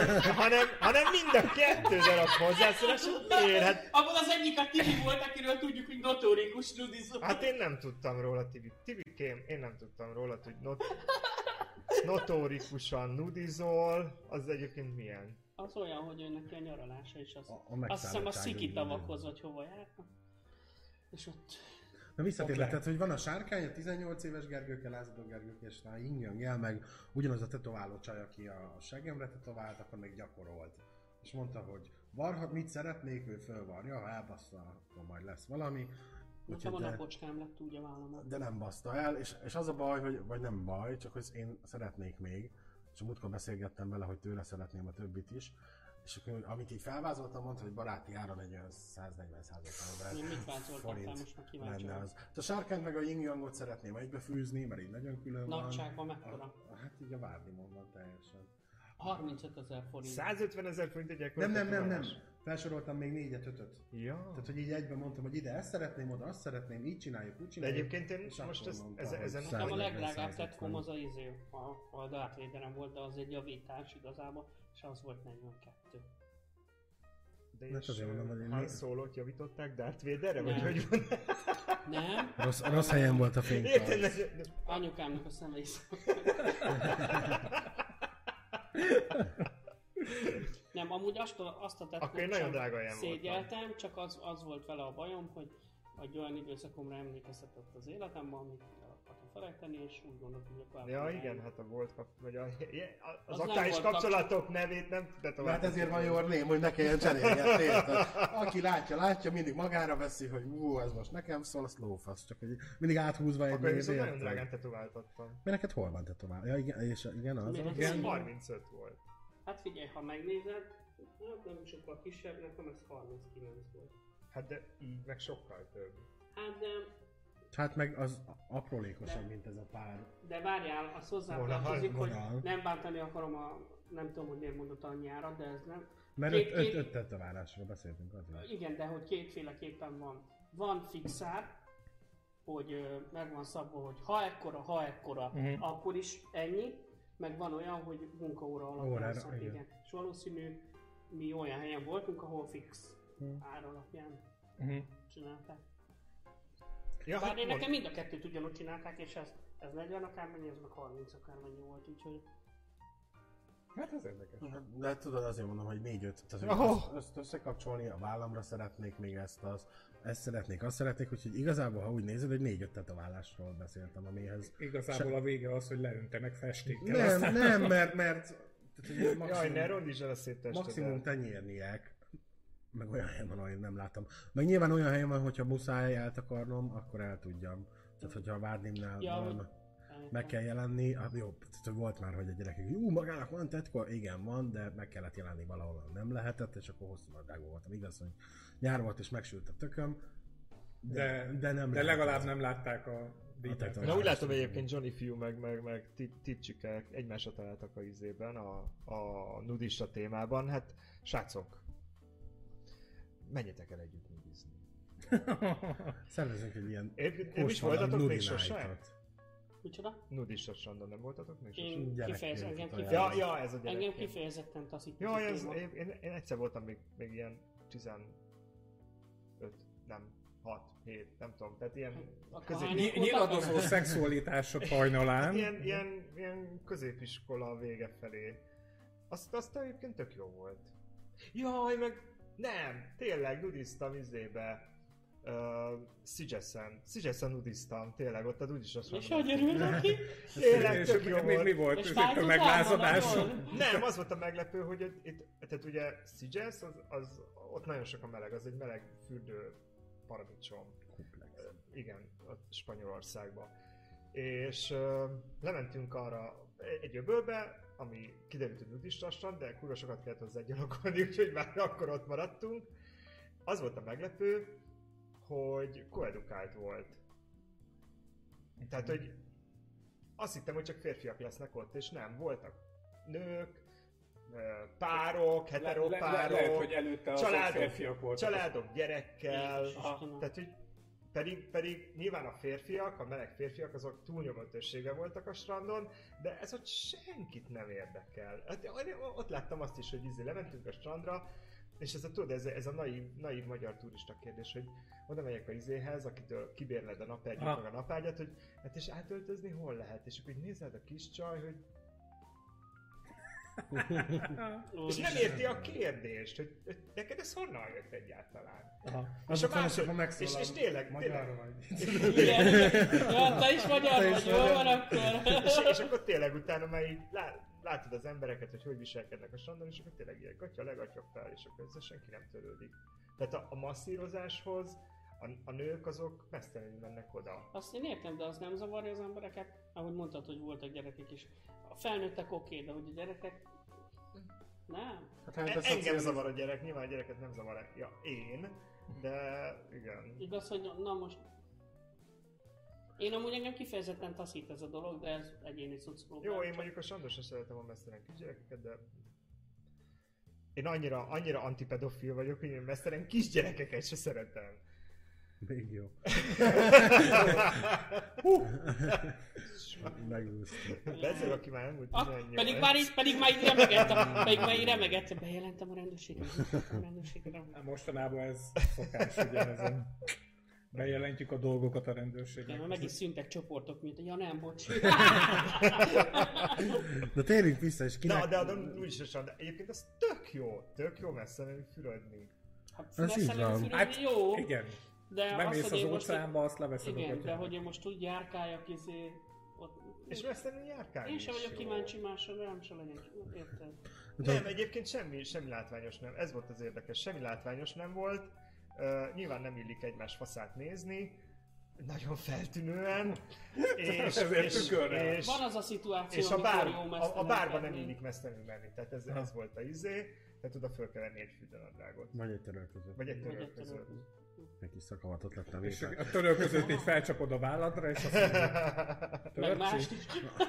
mind a 2 darab hozzászólás. Miért? Hát, Abban az egyik a Tibi volt, akiről tudjuk, hogy notórikus nudizó. hát én nem tudtam róla, Tibikém, én nem tudtam róla, hogy notórikusan nudizol, az egyébként milyen? Az olyan, hogy ő neki a nyaralása is az. a Azt hiszem a megszállottság, Sziki-tavakhoz, vagy hova jártak. És ott... Na visszatérve, Oké. tehát, hogy van a sárkány, a 18 éves Gergőke, lázadó Gergőke, és a yin jel, meg ugyanaz a tetováló csaj, aki a seggemre tetovált, akkor még gyakorolt. És mondta, hogy varhat, mit szeretnék, ő fölvarja, ha elbassza, akkor majd lesz valami. Nekem a de, napocskám lett úgy a vállamat. de nem baszta el, és az a baj, hogy, vagy nem baj, csak hogy én szeretnék még, és a múltkor beszélgettem vele, hogy tőle szeretném a többit is, és akkor, amit így felvázoltam, mondta, hogy baráti áron egy olyan 140-150 Én mit vázoltam fel, forint most már kíváncsi lenne vagyok. az. A sárkányt meg a yin yangot szeretném egybefűzni, mert így nagyon külön van. Nagyságban mekkora? Hát így a Vádlimon van teljesen. 35 000 forint. 150 000 forint egy ekkor Nem. Felsoroltam még 4-5-öt. Ja. Tehát, hogy így egyben mondtam, hogy ide ezt szeretném, oda azt szeretném, így csináljuk, úgy De csináljuk. egyébként én és most akkor ezt, mondta, ezen, hogy ezen Nekem a 140, legdrágább 150. tetkom az a a Darth Vaderem volt, de az egy javítás igazából, és az volt 42. de Hát és azért mondom, hogy Han mi- Solo-t javították Darth Vaderre, vagy Nem. hogy van? Nem? Rossz helyen volt a Érted? fénykar. Anyukámnak a személy Nem, amúgy azt a Akkor én tetkót nagyon sem drága ilyen szégyeltem, csak az volt vele a bajom, hogy egy olyan időszakomra emlékeztetett az életemben, amit el akartam felejteni, és úgy gondoltam, hogy akkor Ja, elfelejtem. igen, hát a World Cup, vagy az Az aktuális nem volt kapcsolatok nevét nem tudod tovább. Hát ezért van jó ném, hogy ne kelljen cserélgetni. érted? Aki látja, mindig magára veszi, hogy ez most nekem szól, az lófasz. Csak hogy mindig áthúzva egy Akkor én viszont név, nagyon érted? drágán tetováltattam. Mert neked hol van tetovál? Ja, igen, az. Miért? Igen, 35 volt. Hát figyelj, ha megnézed, hát nem sokkal kisebb, nekem ez 39 volt. Hát de így meg sokkal több. Hát de, Hát meg az aprólékosabb, mint ez a pár. de várjál, az Vonal, hozzátartozik, hogy vonal. nem bántani akarom nem tudom, hogy miért mondott annyiára, de ez nem. Mert Két- öt tetoválásról beszéltünk azért. Igen, de hogy kétféleképpen van. Van fixár, hogy meg van szabva, hogy ha ekkora, akkor is ennyi, meg van olyan, hogy munkaóra alapján Órára, szab, igen. igen. És valószínű, mi olyan helyen voltunk, ahol fix ár alapján csinálták. Ja, Bár hát én mond- nekem mind a kettőt ugyanúgy csinálták, és ez 40 akármennyi, ez meg 30 akármennyi volt, úgyhogy... Hát ez érdekes. De tudod, azért mondom, hogy 4-5. Tehát, Oh. hogy ezt összekapcsolni, a vállamra szeretnék még ezt szeretnék, azt szeretnék, úgyhogy igazából, ha úgy nézed, egy 4-5 tetoválásról beszéltem, amihez... Igazából a vége az, hogy leöntenek festékkel. Nem, mert tehát, hogy Jaj, ne rondítsd el a szép maximum testedet. tenyérniek, meg olyan helyen van, ahol nem látom. Meg nyilván olyan helyen van, hogyha muszáj eltakarnom, akkor el tudjam. Tehát, hogyha a Vádlimnál Ja, van, meg kell jelenni, hát jó, tehát volt már, hogy a gyerekek, magának van tetkó, igen van, de meg kellett jelenni valahol, nem lehetett, és akkor hosszú nadrágban voltam. Igaz, hogy nyár volt és megsült a tököm, de nem De lehetett. legalább nem látták a díjat. tetovál. Na úgy látom egyébként Johnny Fiú meg Ticsike egymásra találtak a izében, a nudista témában. Hát srácok, menjetek el együtt nudizni. Szervezünk egy ilyen Nem is voltatok még nudi sosem? night-ot. Micsoda? Nudista strandon nem voltatok még? Én kifejezetten, engem gyerekként kifejezetten, Ja, ez a gyerek. engem kifejezetten taszít. Jaj, én egyszer voltam még ilyen 15, nem, 6, 7, nem tudom, tehát ilyen Nyiladozó szexualitásod hajnalán. ilyen középiskola vége felé. Azt egyébként tök jó volt. Jaj, meg nem, tényleg nudiztam izébe. Szigesen nudiztam, tényleg, ott úgyis azt És mondom. hogy örülök ki? Tényleg tök jó volt. Mi volt? És Ez fájt egy utána tömeglázadás. nagyon? Nem, az volt a meglepő, hogy itt tehát ugye Sziges, ott nagyon sok a meleg, az egy meleg fürdő paradicsom. Igen, ott Spanyolországban. És lementünk arra egy öbölbe, ami kiderült, hogy nudista strand, de kurva sokat kellett hozzá gyalogolni, úgyhogy már akkor ott maradtunk. Az volt a meglepő, hogy koedukált volt. Tehát, hogy azt hittem, hogy csak férfiak lesznek ott, és nem, voltak nők, párok, heteropárok, lehet, hogy előtte azok férfiak voltak. családok gyerekkel, Istenem. tehát, hogy pedig nyilván a férfiak, a meleg férfiak, azok túlnyomó többsége voltak a strandon, de ez ott senkit nem érdekel. Hát, ott láttam azt is, hogy lementünk a strandra, és ez a naív magyar turista kérdés, hogy oda megyek a izéhez, akitől kibérled a napágyat, meg a napágyat, hogy hát és átöltözni hol lehet? És akkor nézed a kis csaj, hogy és nem érti a kérdést, hogy neked ez honnan jött egyáltalán. És a másik, és tényleg, magyarra vagy. Igen. Ja, te is magyar vagy, jól van akkor. és akkor tényleg utána már így látod az embereket, hogy viselkednek a strandon, és akkor tényleg ilyen gatya, legatya fel, és akkor ezzel senki nem törődik. Tehát a masszírozáshoz a nők azok mesztelenül mennek oda. Azt én értem, de az nem zavarja az embereket, ahogy mondtad, hogy voltak gyerekek is. A felnőttek oké, de hogy a gyerekek... Nem. Engem zavar a gyerek, nyilván a gyereket nem zavarja én, de igen. Igaz, hogy na most... Én amúgy engem kifejezetten taszít ez a dolog, de ez egyéni cuccról. Jó, én mondjuk a Sandosra szeretem a mesztelen kisgyerekeket, de... Én annyira antipedofil vagyok, hogy én mesztelen kisgyerekeket se szeretem. Még jó. Megúsztam. Beszél, aki már nem úgy 18. Pedig már így remegett. Bejelentem a rendőrségre. Mostanában ez szokás, ugye ezen. Bejelentjük a dolgokat a rendőrségnek. Ja, meg is szűntek csoportok, mint ja nem, bocs. De térjünk vissza, és kinek... De úgyis de egyébként az tök jó messzelenül fürödni. Hát Ez így van. Hát, jó. igen. De bemész azt, az óceánba, azt leveszed igen, a de hogy én most úgy járkáljak, ott... És messzelenül járkálni Én sem is vagyok jó. kíváncsi másra, nem se legyen, érted? Nem, egyébként semmi látványos nem. Ez volt az érdekes. Semmi látványos nem volt. Nyilván nem illik egymás faszát nézni. Nagyon feltűnően. és van az a szituáció, és a bárban nem illik mesztelenül menni. Tehát ez volt a izé. Tehát oda föl kell venni egy fürdőnadrágot. Vagy egy törölközőt. Vagy egy törölközőt. Egy kis szakavatot lettem És éppen. a törölközőt így felcsapod a válladra, és azt mondod, Meg mást is.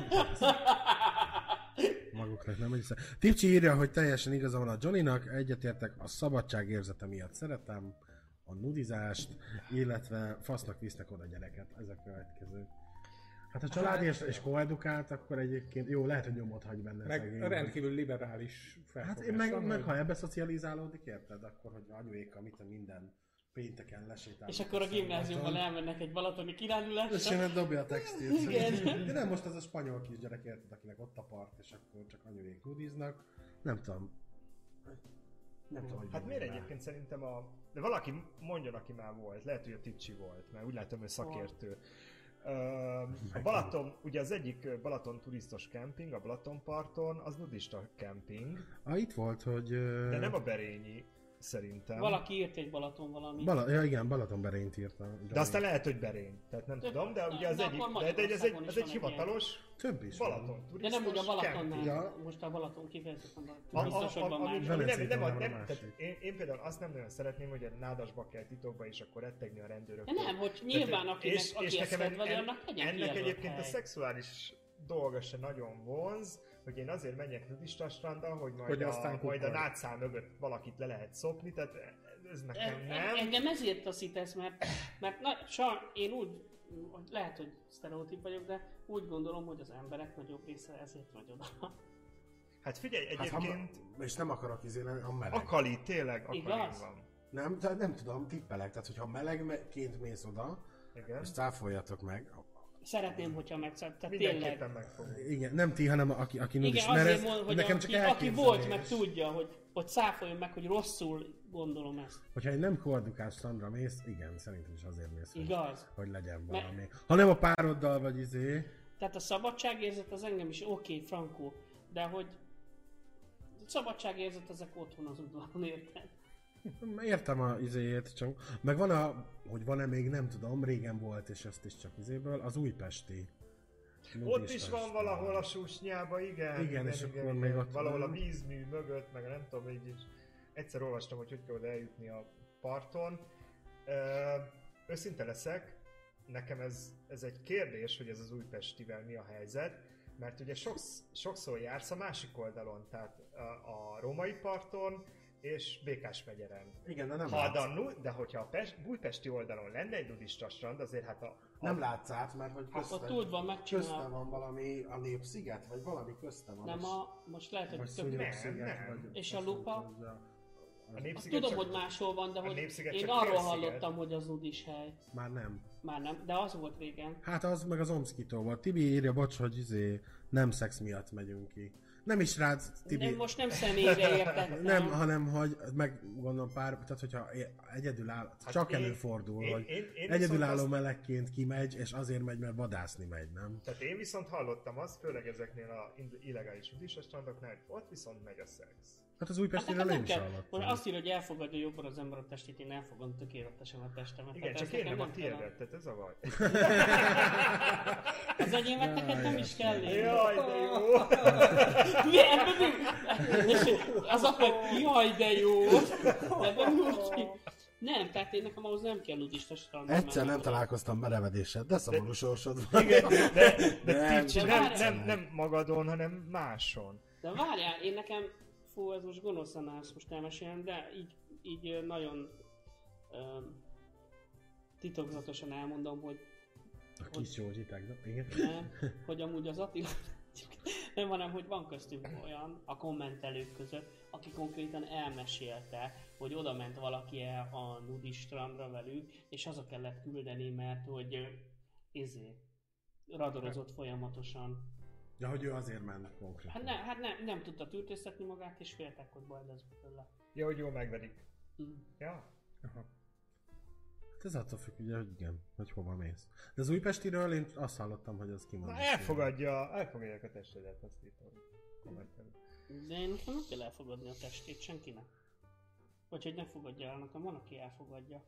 Maguknak nem egyszer. Tipcsi írja, hogy teljesen igaza van a Johnnynak, egyetértek, a szabadságérzete miatt szeretem a nudizást, illetve fasznak visznek oda gyereket. Ez a következő. Hát a család és koedukált, akkor egyébként jó, lehet, hogy nyomot hagy benne. meg rendkívül liberális Hát felfogás. én van, meg hogy- ha ebbe szocializálódik, érted? Akkor, hogy anyuékkal minden pénteken lesétálnak. És akkor a gimnáziumban elmennek egy balatoni És kirándulásra. jön dobja a textilt. Igen. De nem most az a spanyol kisgyerek, érted, akinek ott a part, és akkor csak anyuék nudiznak. Nem tudom. Nem tudom, hogy Hát miért mondjam rá. egyébként szerintem de valaki mondjon, aki már volt. Lehet, hogy a Tipcsi volt, mert úgy látom, hogy szakértő. A Balaton, ugye az egyik Balaton turistos kemping, a Balatonparton, az nudista kemping, Itt volt, hogy... de nem a Berényi, szerintem. Valaki írt egy Balaton valami. Ja igen, Balatonberényt írta. De aztán lehet, hogy Berény. Tehát nem tudom, de ugye az de egyik, akkor de ez Magyarországon is egy van egy hivatalos Több is van. Balaton De turistos nem úgy a Balatonnál. kemping. Ja. Most a Balaton kifejezetten A- biztos, hogy van ami más. nem, Velence nem, a nem, másik. tehát én például azt nem nagyon szeretném, hogy a nádasba kell titokba, és akkor rettegni a rendőrök. De nem, hogy nyilván aki ezt kedveli, annak legyen ennek kijelölt egyébként a hely. szexuális dolga se nagyon vonz, hogy én azért menjek nudista strandra, hogy majd, Hogy aztán majd a kukorj. nátszál mögött valakit le lehet szopni, tehát ez nekem nem. Engem ezért taszít ez, mert én úgy lehet, hogy sztereotíp vagyok, de úgy gondolom, hogy az emberek nagyobb része ezért megy oda. Hát figyelj, Hát, egyébként és nem akarok lenni, a meleg. Akali, tényleg Akali Igaz? van. Nem tudom, tippelek. Tehát, hogyha melegként mész oda, Igen. és cáfoljatok meg. Szeretném, hogyha megszállt, tehát Mindenképpen tényleg. megfogom. Igen, nem ti, hanem aki nudis. Igen, Mert azért ez mondom, hogy nekem csak aki volt, meg elképzelés. tudja, hogy száfoljon meg, hogy rosszul gondolom ezt. Hogyha egy nem koordikás strandra mész, igen, szerintem is azért mész, Igaz? hogy legyen Mert- valami. Ha nem a pároddal vagy Tehát a szabadságérzet az engem is oké, frankó, de hogy a szabadságérzet ezek otthon az udvaron, érted? Értem a csak meg hogy van-e még, nem tudom, régen volt, és ezt is csak az újpesti. Ott is van valahol a Susnyába, igen. Igen, és akkor még ott valahol a van. vízmű mögött, meg nem tudom, így is. Egyszer olvastam, hogy kell oda eljutni a parton. Őszinte leszek, nekem ez egy kérdés, hogy ez az újpestivel mi a helyzet, mert ugye sokszor jársz a másik oldalon, tehát a római parton és Békás megyeren. Igen, de nem Ha látsz. de hogyha a újpesti oldalon lenne egy nudista strand, azért hát Nem látsz át, mert hogy Akkor túl van megcsinálva. közte van valami a Népsziget, vagy valami közte van. Nem és- most lehet, vagy hogy több... Szúnyog-sziget, Nem. vagy... És a lupa? a Azt Népsziget tudom, csak- hogy máshol van, de a hogy Népsziget én csak arról félsziget. hallottam, hogy az nudis hely. Már nem. Már nem, de az volt régen. Hát az meg az Omszkitó volt. Tibi írja, bocs, hogy nem szex miatt megyünk ki. Nem is rád, Tibi. Nem, most nem személyre értettem. Nem, hanem hogy meg gondolom tehát hogyha egyedül áll, csak én- előfordul, hogy én viszont egyedülálló azt- melegként kimegy, és azért megy, mert vadászni megy, nem? Tehát én viszont hallottam azt, főleg ezeknél a illegális nudista strandoknál, hogy ott viszont megy a szex. Hát az Hát Újpestiről nekem én nem is kell. hallottam. Most azt írja, hogy elfogadja jobban az ember a testét, én elfogadom tökéletesen a testemet. Igen, Tehát csak ez én nekem nem a kell. tiédet, tehát ez a baj. Az enyémet neked nem is kell lépni. Jaj, de jó! Milyen? És az akkor, jaj, de jó! Ebben úgy. Nem, tehát én nekem ahhoz nem kell nudista strand. Egyszer nem találkoztam merevedéssel, de szomorú sorsod van. Igen, de Nem, Ticsi, de nem magadon, hanem máson. De várjál, én nekem, ez most gonoszan állsz, most elmesélem, de így nagyon titokzatosan elmondom, hogy A kis Józsi tegnap, igen. nem, hogy amúgy az Attila, nem, hanem hogy van köztünk olyan a kommentelők között, aki konkrétan elmesélte, hogy oda ment valaki el a nudis strandra velük, és haza kellett küldeni, mert hogy radorozott folyamatosan. Ja, hogy ő azért ment konkrétan. Hát nem tudta tűrtőztetni magát, és féltek, hogy baj lesz belőle. Ja, hogy jól megverik. Mm. Ja? Aha. Hát ez attól függ, ugye, hogy igen, hogy hova mész. De az Újpestiről én azt hallottam, hogy az kimondott. Na elfogadják a testedet, azt írtam. Kommentelő. De én nekem nem kell elfogadni a testét senkinek. Vagy hogy ne fogadja el, nekem van, aki elfogadja.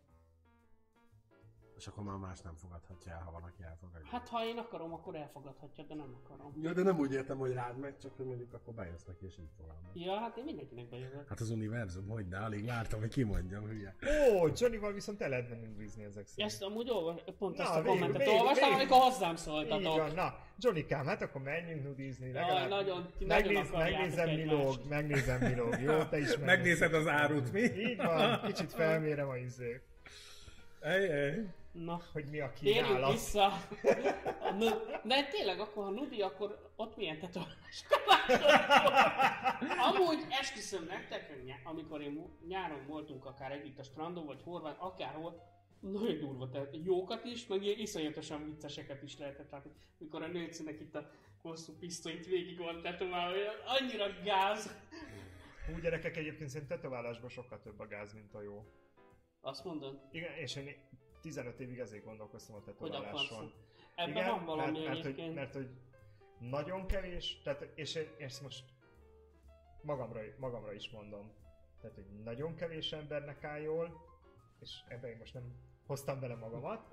És akkor már más nem fogadhatja el, ha van, aki elfogadja. Hát ha én akarom, akkor elfogadhatja, de nem akarom. Ja, de nem úgy értem, hogy rád megy, csak hogy mondjuk akkor bejössz neki, és így fogalmaz. Ja, hát én mindenkinek bejövök. Hát az univerzum, hogy ne, alig vártam, hogy kimondjam, hülye. Ó, Johnnyval viszont el lehet menni bízni ezek szerint. Ezt amúgy pont Na, ezt a végül- kommentet végül- olvastam, végül- amikor hozzám Így szóltatok. van, na, Johnnykám, hát akkor menjünk nudizni, Jaj, legalább. nagyon akarjátok egymást. Megnézem, mi lóg, jó? Te is Megnézed az árut, mi? Így van, kicsit felmérem a Ej. Na, hogy mi a térjünk kínálat. vissza. De tényleg, akkor ha nudi, akkor ott milyen tetoválásokat látod? Amúgy esküszöm nektek, hogy amikor én nyáron voltunk akár együtt a strandon, vagy Horvát, akárhol, nagyon durva, tehát jókat is, meg ilyen iszonyatosan vicceseket is lehetett látni. Mikor a nőcének itt a hosszú pisztolyt végig van tetoválva, annyira gáz. Hú, gyerekek, egyébként szerintem tetoválásban sokkal több a gáz, mint a jó. Azt mondod, Igen, és én 15 évig ezért gondolkoztam a hogy akarsz. tetováláson. Ebben van valami egyébként. mert hogy nagyon kevés, tehát, és én ezt most magamra is mondom. Tehát, hogy nagyon kevés embernek áll jól, és ebben én most nem hoztam bele magamat.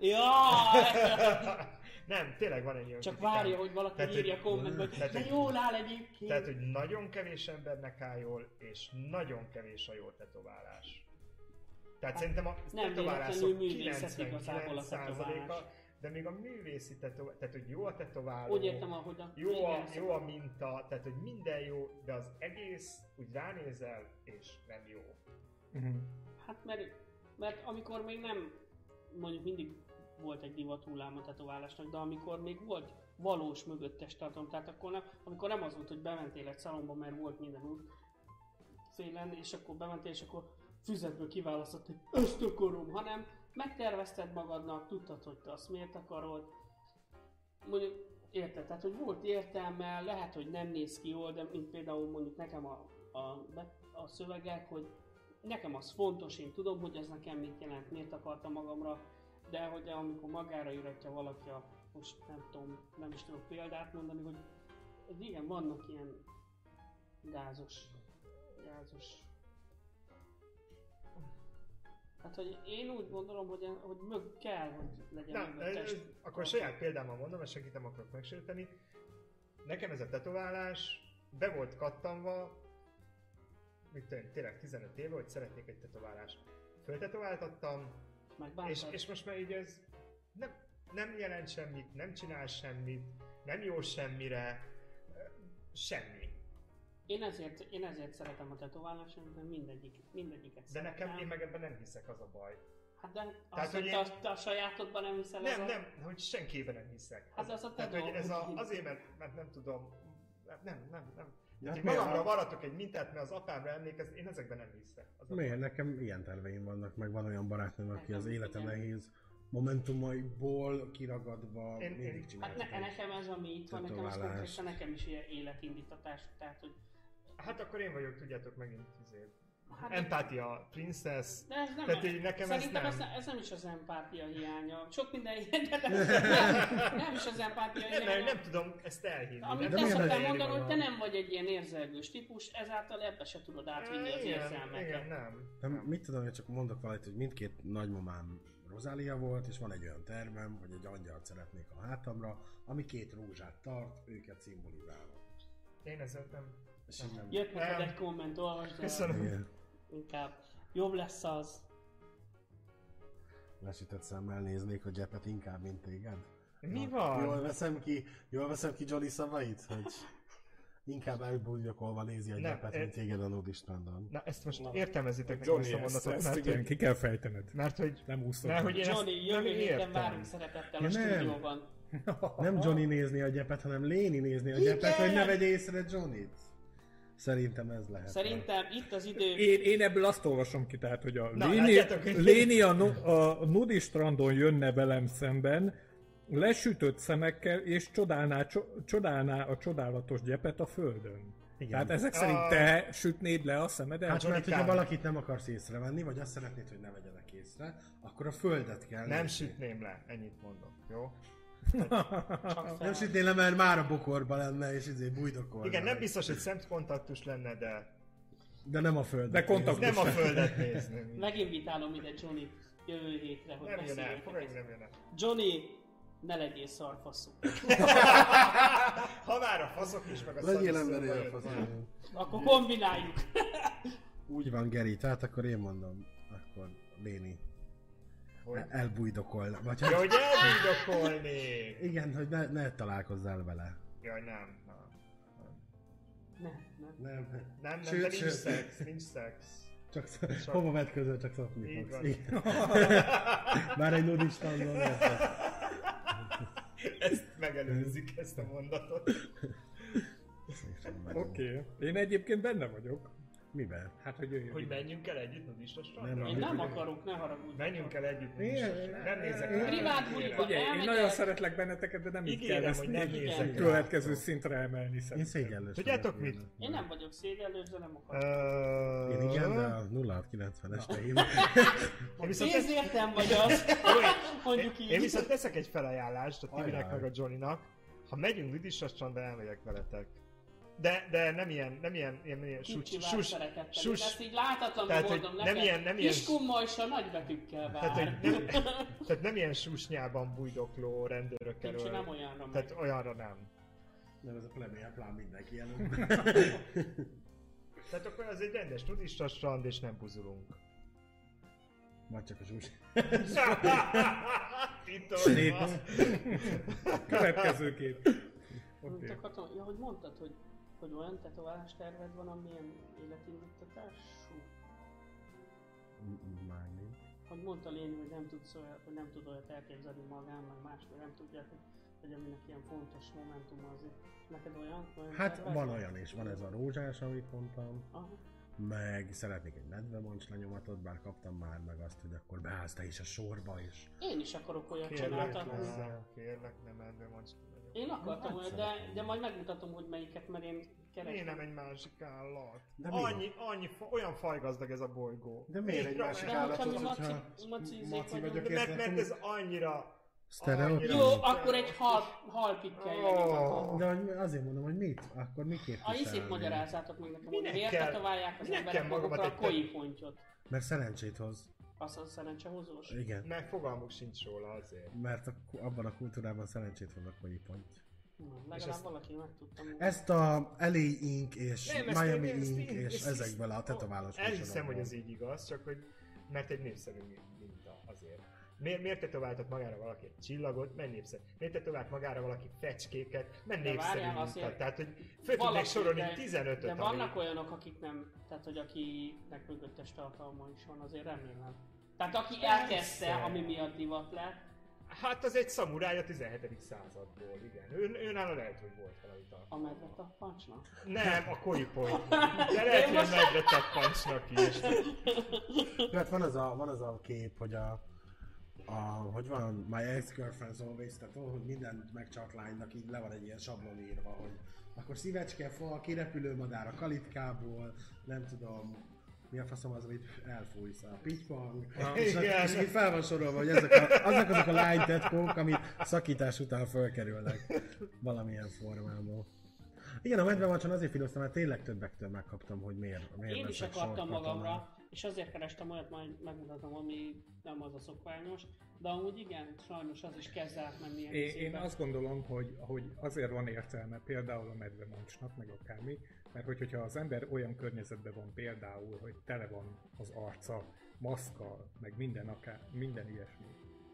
Jaj! Nem, tényleg van egy olyan Csak kritikám. várja, hogy valaki Tehát, írja hogy- kommentbe, hogy tehát, de hogy- jól áll egyébként. Tehát, hogy nagyon kevés embernek áll jól, és nagyon kevés a jó tetoválás. Tehát szerintem a nem tetoválások véletlenül művészet igazából a 99%-a, tetoválás. de még a művészi tetoválás, tehát hogy jó a tetováló, Úgy értem, ahogy a... jó a minta, tehát hogy minden jó, de az egész úgy ránézel, és nem jó. Hát mert amikor még nem, mondjuk mindig volt egy divat hullám a tetoválásnak, de amikor még volt valós mögöttes tartalom, tehát akkor nem, amikor nem az volt, hogy bementél egy szalomba, mert volt minden útfélen, és akkor bementél, és akkor füzetből kiválasztott, hogy ezt akarom, hanem megtervezted magadnak, tudtad, hogy te azt miért akarod. Mondjuk, érted, tehát hogy volt értelme, lehet, hogy nem néz ki jól, de mint például mondjuk nekem a szövegek, hogy nekem az fontos, én tudom, hogy ez nekem mit jelent, miért akartam magamra, de hogy amikor magára íratja valaki, most nem is tudok példát mondani, hogy igen, vannak ilyen gázos. Hát, hogy én úgy gondolom, hogy kell, hogy legyen mögöttes. Akkor saját példámmal mondom, mert senkit nem akarok megsérteni. Nekem ez a tetoválás be volt kattanva, tényleg 15 éve, hogy szeretnék egy tetoválást. Föltetováltattam, és most már így ez nem jelent semmit, nem csinál semmit, nem jó semmire, semmi. Én ezért szeretem a tetoválást, mert mindegyiket de nekem én meg ebben nem hiszek, az a baj. Hát de azt, hogy te a sajátodban nem hiszel? Nem, hogy senkiben nem hiszek. Hát az a te dolgod. Hogy ez azért, mert nem tudom, nem. Ja, én magamra varatok egy mintát, mert az apámra emlékez, én ezekben nem hiszek. Miért? Nekem ilyen terveim vannak, meg van olyan barátnőm, aki az élete nehéz momentumaiból kiragadva mindig csinálja. Hát nekem ez, ami itt van, nekem is ilyen életindítatás, tehát hogy... Hát akkor én vagyok, tudjátok, megint empátia princess. De ez nem, tehát így nekem szerintem ez nem is az empátia hiánya. Sok minden ilyen, de nem is az empátia hiánya. Nem tudom ezt elhinni. Amit azt szoktam mondani, hogy te nem vagy egy ilyen érzelgős típus, ezáltal ebbe se tudod átvinni az érzelmeket. Igen, nem. Mit tudom, hogy csak mondok valamit, hogy mindkét nagymamám Rozália volt, és van egy olyan tervem, hogy egy angyalt szeretnék a hátamra, ami 2 rózsát tart, őket szimbolizálva. Én ezzel nem. Jött neked egy komment, olvasd el. Köszönöm. Inkább jobb lesz az. Lesített szemmel néznék a gyepet inkább, mint téged? Mi van? Jól veszem ki Johnny szavait, hogy inkább elbújjakolva nézi a gyepet, mint téged a nudistrandon. Na ezt most értelmezitek nekem ezt a mondatot, ezt igen, ki kell fejtened. Mert hogy nem úszom. Johnny, jövő héten várunk szeretettel a stúdióban. Nem Johnny nézni a gyepet, hanem Léni nézni a gyepet, hogy ne vegye észre Johnnyt. Szerintem ez lehet. Szerintem itt az idő... Én ebből azt olvasom ki, tehát, hogy a Léni a nudi strandon jönne velem szemben, lesütött szemekkel, és csodálná a csodálatos gyepet a földön. Igen. Tehát ezek szerint te sütnéd le a szemedet? Hát mert hogyha valakit nem akarsz észrevenni, vagy azt szeretnéd, hogy ne vegyenek észre, akkor a földet kell nem sütném le, ennyit mondom, jó? Nem sütnél le, mert már a bokorba lenne, és bújdokolna. Igen, nem biztos, hogy szemkontaktus lenne, de nem a földet. De kontaktus. Nem a földet nézni. Meginvitálom ide Johnny jövő hétre, hogy beszéljünk. Nem jön el. Johnny, ne legyél szarfaszú. Ha már a faszok is, meg a legyél emberi a faszok. Akkor kombináljuk. Úgy van, Geri, tehát akkor én mondom, akkor Léni. Elbújdokolna. Ja, hogy elbújdokolni! Igen, hogy ne találkozzál vele. Jaj, nem. Nem, de nincs szex. Csak hova vetközöl, csak szopni fogsz. Már egy nudistandon érted. Ezt megelőzik, ezt a mondatot. Oké. Én egyébként benne vagyok. Miben? Hát, hogy menjünk el együtt nudista strandra? Én nem akarok, ne haragudj. Menjünk el együtt nudista strandra. Nem nézek rá. Privát buliba én nagyon szeretlek benneteket, de nem így kell ezt még következő szintre emelni. Én szégyellős. Tudjátok mit? Én nem vagyok szégyellős, de nem akarok. Én igen, de a 0690-esre hívok. Pénzértem vagy az, mondjuk így. Én viszont teszek egy felajánlást a Tibinek meg a Johnnynak. Ha megyünk nudista strandra, elmegyek veletek. De nem ilyen sus, ezt így látatlanul mondom neked, kiskummajsa nagybetűkkel vár. Tehát nem ilyen susnyában bujdokló rendőrökkel. Kicsi nem olyanra tehát meg. Olyanra nem. Nem, ez a plán mindenki előtt. Tehát akkor az egy rendes nudista strand és nem buzulunk. Majd csak a sus. Következő kép. Okay. Ja, hogy mondtad, hogy olyan tetoválás terved van, amilyen életindítatású? Már nincs. hogy mondta Léni, hogy nem tudsz olyat, hogy nem tud olyat elképzelni magán, meg másról nem tudják, hogy aminek ilyen fontos momentum az itt. Neked olyan Hát tervek? van olyan is, van ez a rózsás, amit mondtam. Aha. Meg szeretnék egy medvemancs lenyomatot, bár kaptam már meg azt, hogy akkor beállsz te is a sorba is. Én is akarok olyat Kérlek, csináltatni. kérlek, nem elbőmancs. Én akartam olyat, de majd megmutatom, hogy melyiket, mert én keresem. Miért nem egy másik állat? De mi? Olyan fajgazdag ez a bolygó. De miért egy másik De hogyha mi állatot, maci maci vagyok, vagyunk. Mert ez annyira... sztereotíp? Jó, akkor egy halpikkel lenyomatot. De azért mondom, hogy mit? Akkor mit A képviselni? izét magyarázzátok meg nekem, hogy Minek miért kell- tetoválják az minek kell emberek magamat magukra a egy koi pontyot. Mert szerencsét hoz. Az a szerencsehozós? Igen. Mert fogalmuk sincs róla azért. Mert abban a kultúrában szerencsét hoz a koi ponty. Legalább valaki megtudtam. Ezt a LA Ink és Nem, ezt Miami én- ezt Ink én- és ezt- ezekből a tetoválós Elhiszem, műsorokból. hogy ez így igaz, csak hogy... Mert egy népszerű minta azért. Miért tetováltat magára valaki egy csillagot? Mert népszerű. Miért tetovált magára valaki fecskéket? Mert De népszerű várjál, minta. azért Tehát, hogy föl tudnék valaki, sorolni de- 15-öt. De ami- vannak olyanok, akik nem, tehát hogy akinek mögöttes tartalma is van, azért remélem. Tehát aki elkezdte, ami miatt divat lett, Hát az egy szamuráj a 17. századból, igen. Ő nála lehet, hogy volt valami a medve tappancsnak. Nem, a koi point. De lehet, hogy a medve tappancsnak is. Hát van az a kép, hogy hogy van, my ex-girlfriend's always, tehát hogy mindent megcsalt lánynak, így le van egy ilyen sablon írva, hogy akkor szívecske, fa, kirepülő madár a kalitkából, nem tudom, mi a faszom az, amit elfújsz, a pitypang, és így fel van sorolva, hogy azok a lánytetkók, amik szakítás után fölkerülnek valamilyen formából. Igen, a medvevancson azért filoztam, mert tényleg többektől megkaptam, hogy miért Én is veszek akartam sorkatonát. magamra, és azért kerestem olyat, majd megmutatom, ami nem az a szokványos, de amúgy igen, sajnos az is kezd átmenni ilyen Én izébe. azt gondolom, hogy azért van értelme például a medvemancsnak, meg akármi, mert hogyha az ember olyan környezetben van például, hogy tele van az arca, maszkkal, meg minden ilyesmi.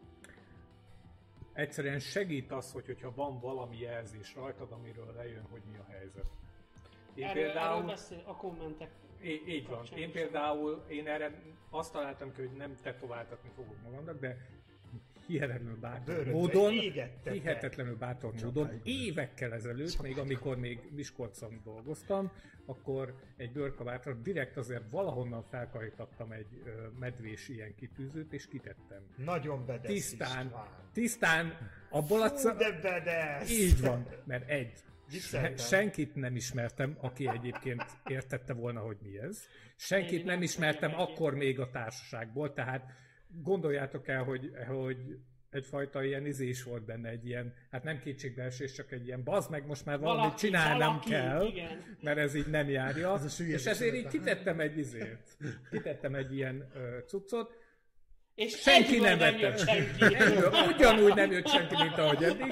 Egyszerűen segít az, hogyha van valami jelzés rajtad, amiről lejön, hogy mi a helyzet. Én Erről beszél a kommentek. így van. kapcsán Én is. például, én azt találtam ki, hogy nem tetováltatni fogok magamnak, de hihetetlenül bátor Bőrödbe módon, égettetek. hihetetlenül bátor módon, évekkel ezelőtt, még amikor még Miskolcon dolgoztam, akkor egy bőrkabátra direkt azért valahonnan felkarítattam egy medvés ilyen kitűzőt, és kitettem. Nagyon bedesz Tisztán abból a... de bedesz! Így van, mert Vicceltem. senkit nem ismertem, aki egyébként értette volna, hogy mi ez. Senkit Én nem nem ismertem tudja akkor még a társaságból, tehát gondoljátok el, hogy egyfajta ilyen izés volt benne, egy ilyen, hát nem kétségbeesés, csak egy ilyen bazd meg, most már valamit csinálnom kell, mert ez így nem járja. Az a süllyedés És ezért így előtt. kitettem egy ilyen cuccot, És senki nem jött vette. senki. Ugyanúgy nem jött senki, mint ahogy eddig.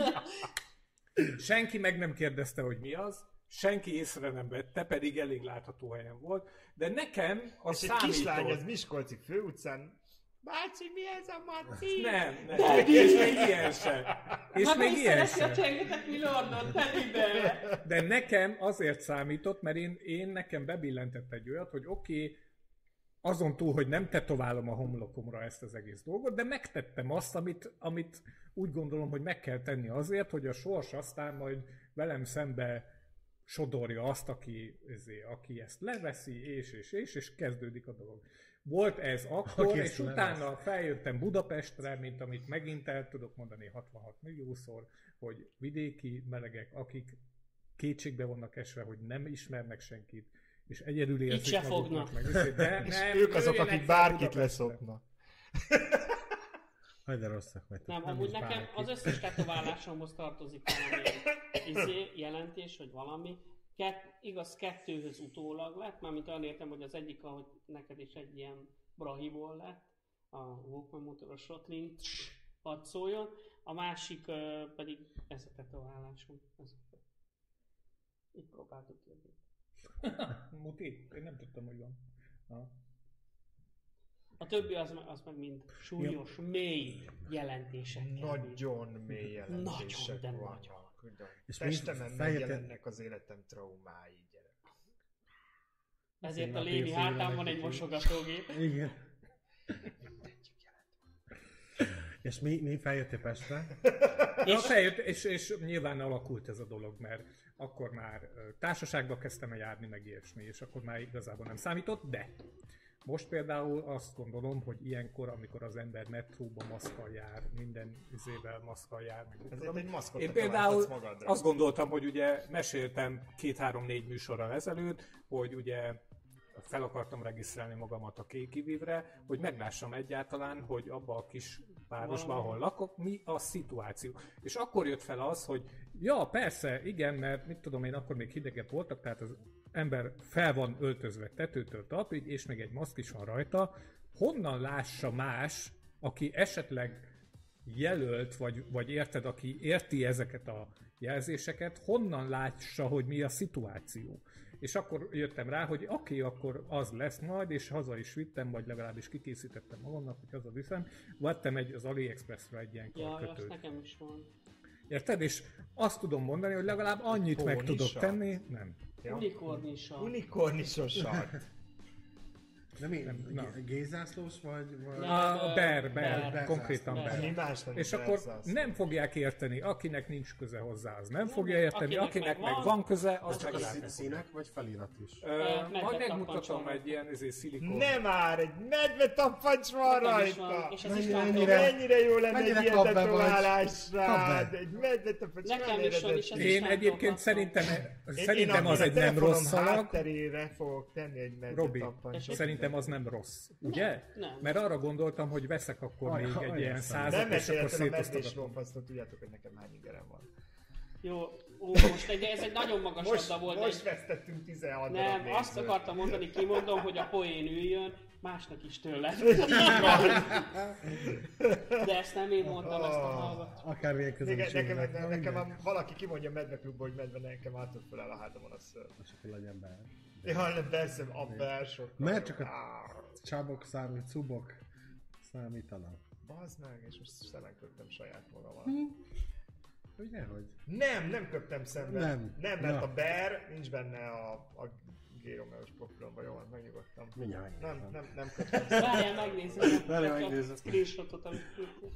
Senki meg nem kérdezte, hogy mi az. Senki észre nem vette, pedig elég látható helyen volt. De nekem az És egy kislány az számított. Miskolci főutcán. Bácsi, mi ez a maci? Nem. És még ilyen sem. És Hát még még ilyen szereti a sem. csengetek Milordot, tedd ide! De nekem azért számított, mert én nekem bebillentett egy olyat, hogy oké, azon túl, hogy nem tetoválom a homlokomra ezt az egész dolgot, de megtettem azt, amit úgy gondolom, hogy meg kell tenni azért, hogy a sors aztán majd velem szembe sodorja azt, aki ezt leveszi, és kezdődik a dolog. Volt ez akkor, Aki és ezt utána feljöttem Budapestre, mint amit megint el tudok mondani 66 milliószor, hogy vidéki melegek, akik kétségbe vannak esve, hogy nem ismernek senkit, és egyedül Itt érzik se maguknak, fognak. meg de És nem, ők azok, jöjjenek akik fel bárkit Budapestre. leszoknak. Hogy de rosszak vagytok. Nem, amúgy is nekem bárki. az összes tetoválásomhoz tartozik valami jelentés, hogy valami. Igaz, kettőhöz utólag lett, mármint olyan értem, hogy az egyik, ahogy neked is egy ilyen brahiból lett, a Walkman motoros Rotlin, hadd szóljon, a másik pedig ez a tetoválásom. Itt próbáltuk ki. Muti? Én nem tudtam, hogy van. A többi az meg mind súlyos, mély jelentések. Nagyon mély jelentések Nagyon, de vannak. nagyon. És Testemen mind megjelennek az életem traumái, gyerek. Ezért a Színlap Léni évszínűleg hátán van egy kicsit. mosogatógép. Igen. És mi feljöttél Pestre? Ja, feljött, és nyilván alakult ez a dolog, mert akkor már társaságba kezdtem el járni, meg ilyesmi, és akkor már igazából nem számított, de most például azt gondolom, hogy ilyenkor, amikor az ember metróba maszkkal jár, minden izével maszkkal jár, meg egy maszkot én például azt gondoltam, hogy ugye meséltem 2-3-4 műsorral ezelőtt, hogy ugye fel akartam regisztrálni magamat a Kékivivre, hogy meglássam egyáltalán, hogy abba a kis városban, ahol lakok, mi a szituáció. És akkor jött fel az, hogy ja, persze, igen, mert mit tudom én, akkor még hidegebb voltak, tehát az ember fel van öltözve tetőtől talpig, és még egy maszk is van rajta. Honnan lássa más, aki esetleg jelölt, vagy érted, aki érti ezeket a jelzéseket, honnan lássa, hogy mi a szituáció? És akkor jöttem rá, hogy oké, akkor az lesz majd, és haza is vittem, vagy legalábbis kikészítettem magamnak, hogy hazaviszem. Vettem az AliExpressre egy ilyen karkötőt. Ja, nekem is van. Érted? És azt tudom mondani, hogy legalább annyit meg tudok tenni. Nem. Ja. Unikornisa. Unikornisos sart. De mi? Gézászlós vagy? A ber, konkrétan ber. Mi más nem És akkor nem fogják érteni, akinek nincs köze hozzá, az nem fogja érteni, akinek meg van köze, az csak meg a színek vagy felirat is? Majd megmutatom egy ilyen szilikon. Nem már, egy medve tappancs van rajta! És ez is Mennyire jó lenne egy ilyen tetoválás rád! Egy medve tappancs nekem is van, és ez is Én egyébként szerintem az egy nem rossz szalag. hátterére fogok tenni egy medve Robi, tappancsot. szerintem az nem rossz, ugye? Nem. Mert arra gondoltam, hogy veszek akkor még egy ilyen 100-at, Nem és akkor meséltem a medvés szétosztogatom. lófasztot, tudjátok, hogy nekem hány ingerem van. Jó, most ez egy nagyon magas labda volt. Most vesztettünk 16 Nem, darab azt nézőt. akartam mondani, kimondom, hogy a poén üljön, másnak is tőle. De ezt nem én mondtam, ezt a hallgat. Akármilyen közönségnek. Nekem valaki kimondja a medveklubba, hogy medve nekem átott fel el a hátamon a szőr. És akkor legyen be. Ja, nem beszem, a belső. Mert csak a csábok cubok számítanak. Bazd meg, és most szemen köptem saját magamat. Ugye, hogy? Nem köptem szemben. Nem, mert a bear nincs benne a G-Romeos profilomban, jól van, megnyugodtam. Mindjárt Nem köptem szemben. Várjál, megnézzük. Várjál, megnézzük. A screenshotot, amit küldtél.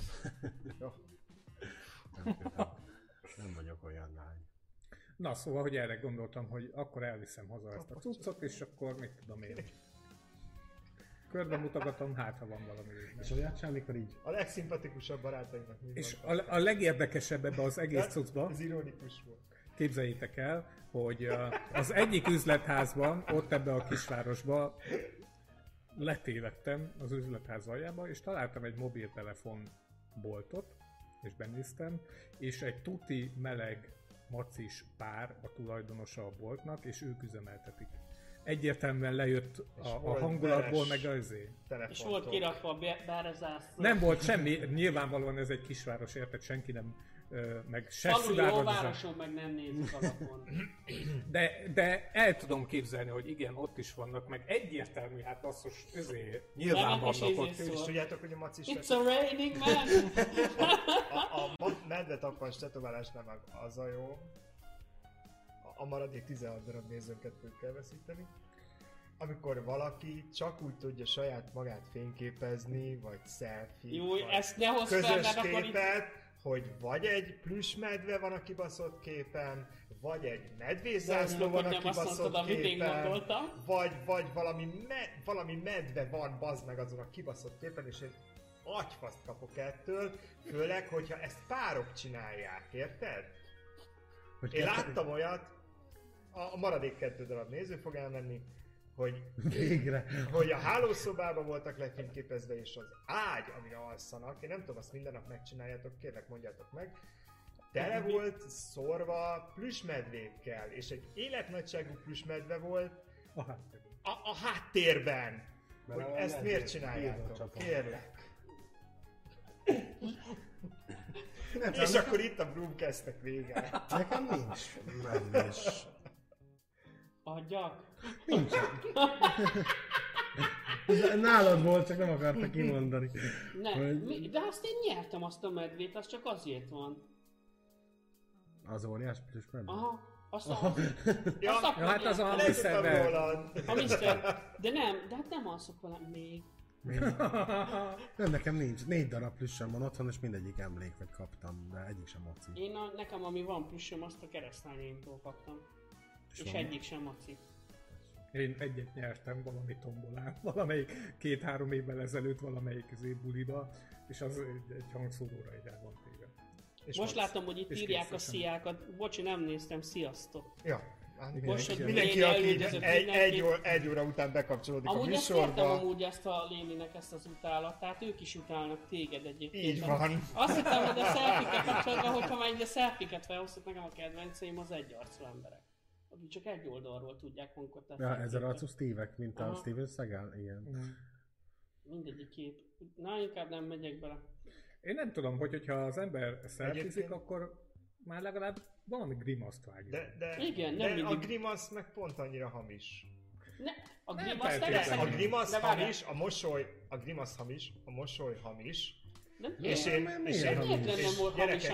Nem vagyok olyan lány. Na, szóval, hogy erre gondoltam, hogy akkor elviszem haza ezt a cuccot, és akkor mit tudom én. Körbe mutogatom, hát ha van valami. És olyat sem, amikor így? A legszimpatikusabb barátainknak mi És van? a legérdekesebb ebbe az egész cuccba, Ez ironikus volt. képzeljétek el, hogy az egyik üzletházban, ott ebbe a kisvárosba letévedtem az üzletház aljába, és találtam egy mobiltelefonboltot, és benéztem, és egy tuti meleg macis pár a tulajdonosa a boltnak, és ők üzemeltetik. Egyértelműen lejött a hangulatból, meg azért. És volt kirakva a bárezászló. Nem volt semmi, nyilvánvalóan ez egy kisváros, érted, senki nem, meg se Alul jó szivárványozás. városon meg nem nézik alapon. De el tudom képzelni, hogy igen, ott is vannak, meg egyértelmű, hát az, hogy ezért nyilván Nem, és vannak ott ezért is. szól. És tudjátok, hogy a macis It's a raining man! a medve tappancs tetoválásnál az a jó, a maradék 16 darab nézőnket kell veszíteni, amikor valaki csak úgy tudja saját magát fényképezni, vagy selfie, Jó, vagy ezt ne hozz fel, közös mert akkor itt... képet, hogy vagy egy plüss medve van a kibaszott képen, vagy egy medvészászló van a nem azt mondtad, kibaszott amit én képen, gondoltam. vagy valami medve van bazd meg azon a kibaszott képen, és én agyfaszt kapok ettől, főleg, hogyha ezt párok csinálják, érted? Hogy Én láttam olyat, a maradék 2 darab néző fog elmenni, hogy, Végre. hogy a hálószobában voltak lefényképezve, és az ágy, amin alszanak, én nem tudom, azt minden nap megcsináljátok, kérlek mondjátok meg, tele volt szórva plüssmedvékkel, és egy életnagyságú plüssmedve volt a háttérben. Hogy ezt miért csináljátok? Kérlek. És akkor itt a Broomcast-nek vége. Nekem nincs medvés. Adjak? Nálad volt, csak nem akarta kimondani. Nem, Hogy- de azt én nyertem azt a medvét, az csak azért van. Az óriás plusz medve? Aha, azt a... Ja, azt Ja, hát az a letudtam Mr. rólad. A Mr. De nem, de hát nem alszok vele még. Nem, nekem nincs. 4 darab plüssöm van otthon, és mindegyik emlék, vagy kaptam, de egyik sem maci. Nekem ami van plüssöm, azt a keresztányémtól kaptam. És egyik sem maci. Én egyet nyertem valami tombolán, valamelyik 2-3 évvel ezelőtt valamelyik buliba, és az egy hangszóróra egy el van téve. Most látom, hogy itt írják a sziákat. Bocsi, nem néztem, sziasztok. Ja. Most, hogy mindenki, aki egy óra után bekapcsolódik amúgy a műsorba. Amúgy ezt értem amúgy ezt a Léninek ezt az utálatát, ők is utálnak téged egyébként. Így van. Azt hittem, hogy a selfie-ket kapcsolatban, hogyha már egy selfie-ket felhoztak, nekem a kedvenceim az egyarcú emberek. Akik csak egy oldalról tudják magukat. Ja, ezer arcú Steve-ek, mint a Steven Seagal, igen. Mindegyik kép. Na, inkább nem megyek bele. Én nem tudom, hogyha az ember selfiezik, akkor már legalább valami grimaszt vágja. Igen, de mindig. A grimasz meg pont annyira hamis. A grimasz nem a grimasz hamis, a grimasz hamis, a mosoly hamis. És én gyerekek,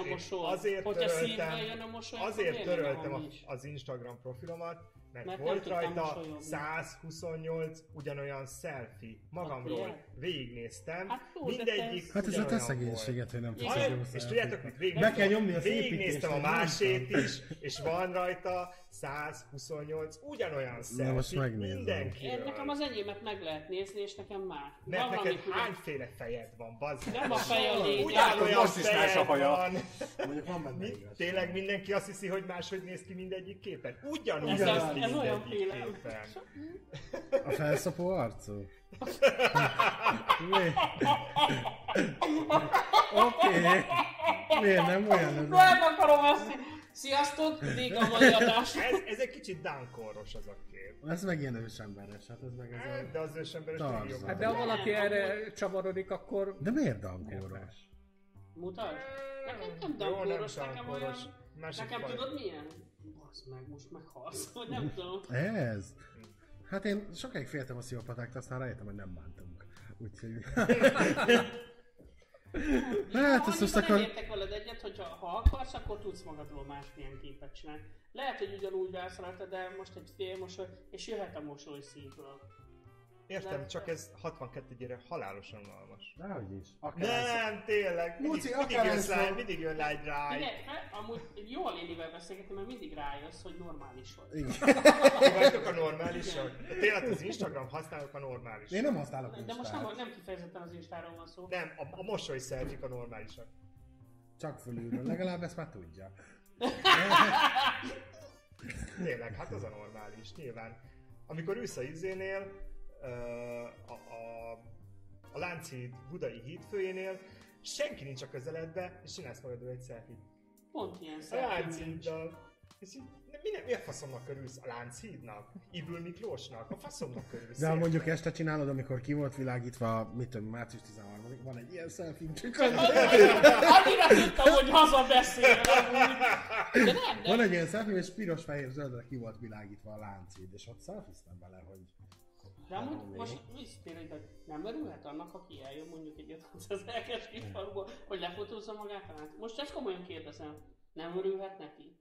azért töröltem az Instagram profilomat, mert volt rajta 128 ugyanolyan selfie magamról. Végignéztem, mindegyik hát ez a te szegénységet, hogy nem tudsz egy jó és tudjátok mit? Végignéztem a másét is, és van rajta 128 ugyanolyan selfie mindenkiről. Nekem az enyémet meg lehet nézni, és nekem már. Mert neked hányféle fejed van, bazd? Nem a fej a lényeg. Ugyanolyan fejed van. Mondjuk van benne igaz. Tényleg mindenki azt hiszi, hogy máshogy néz ki mindegyik képen? Ugyanúgy néz ki mindegyik képen. A felszopó arcú? Oké. Miért nem olyan ez? Nem akarom ezt. Sziasztok, vége a mai adás. Ez egy kicsit dánkoros az a kép. Ez meg ilyen ősemberes, hát ez meg ez de az ősemberes még jobb. Hát de ha valaki erre csavarodik, akkor... De miért dánkoros? Mutasd. Nekem nem dánkoros, nekem olyan... Nekem tudod milyen? Basz meg, most meghalsz, vagy nem tudom. Ez? Hát én sokáig féltem a pszichopatáktól, aztán rájöttem, hogy nem bántunk. Úgyhogy... Hát ezt most akkor... Nem értek veled egyet, hogyha akarsz, akkor tudsz magadról másmilyen képet csinálni. Lehet, hogy ugyanúgy állsz rajta, de most egy fél mosoly, és jöhet a mosoly szívből. Értem, csak ez 62-gyére halálosan unalmas. Dehogy is. Nem, tényleg. Mindig jön rá egy ráj. Amúgy jó a Lénivel beszélgetni, mert mindig rájössz, hogy normális vagy. Ti vagytok a normálisak? Tényleg az Instagram használok a normálisak. Én nem használok Instagram. De most nem kifejezetten az Instáról van szó. Nem, a mosoly selfie a normálisak. Csak fölülről, legalább ezt már tudja. Tényleg, hát az a normális, nyilván. Amikor ülsz a izénél, a Lánchíd budai hídfőjénél, senki nincs a közeledbe, és csinálsz magadról egy selfie-t. Pont ilyen Lánchíddal. És így, mi a faszomnak örülsz? A Lánchídnak? Ibül Miklósnak? A faszomnak örülsz? De mondjuk este csinálod, amikor ki volt világítva, mit tudom, március 13-ig, van egy ilyen selfie, csak annyira tudtam, hogy hazabeszél. De van egy ilyen selfie, és piros-fehér-zöldre ki volt világítva a Lánchíd, és ott selfiztem vele, hogy... De amúgy most visszatérünk, hogy nem örülhet annak, aki eljön mondjuk egy 500 lelkes kis faluból, hogy lefotózza magát a Lánchíd. Most ezt komolyan kérdezem, nem örülhet neki?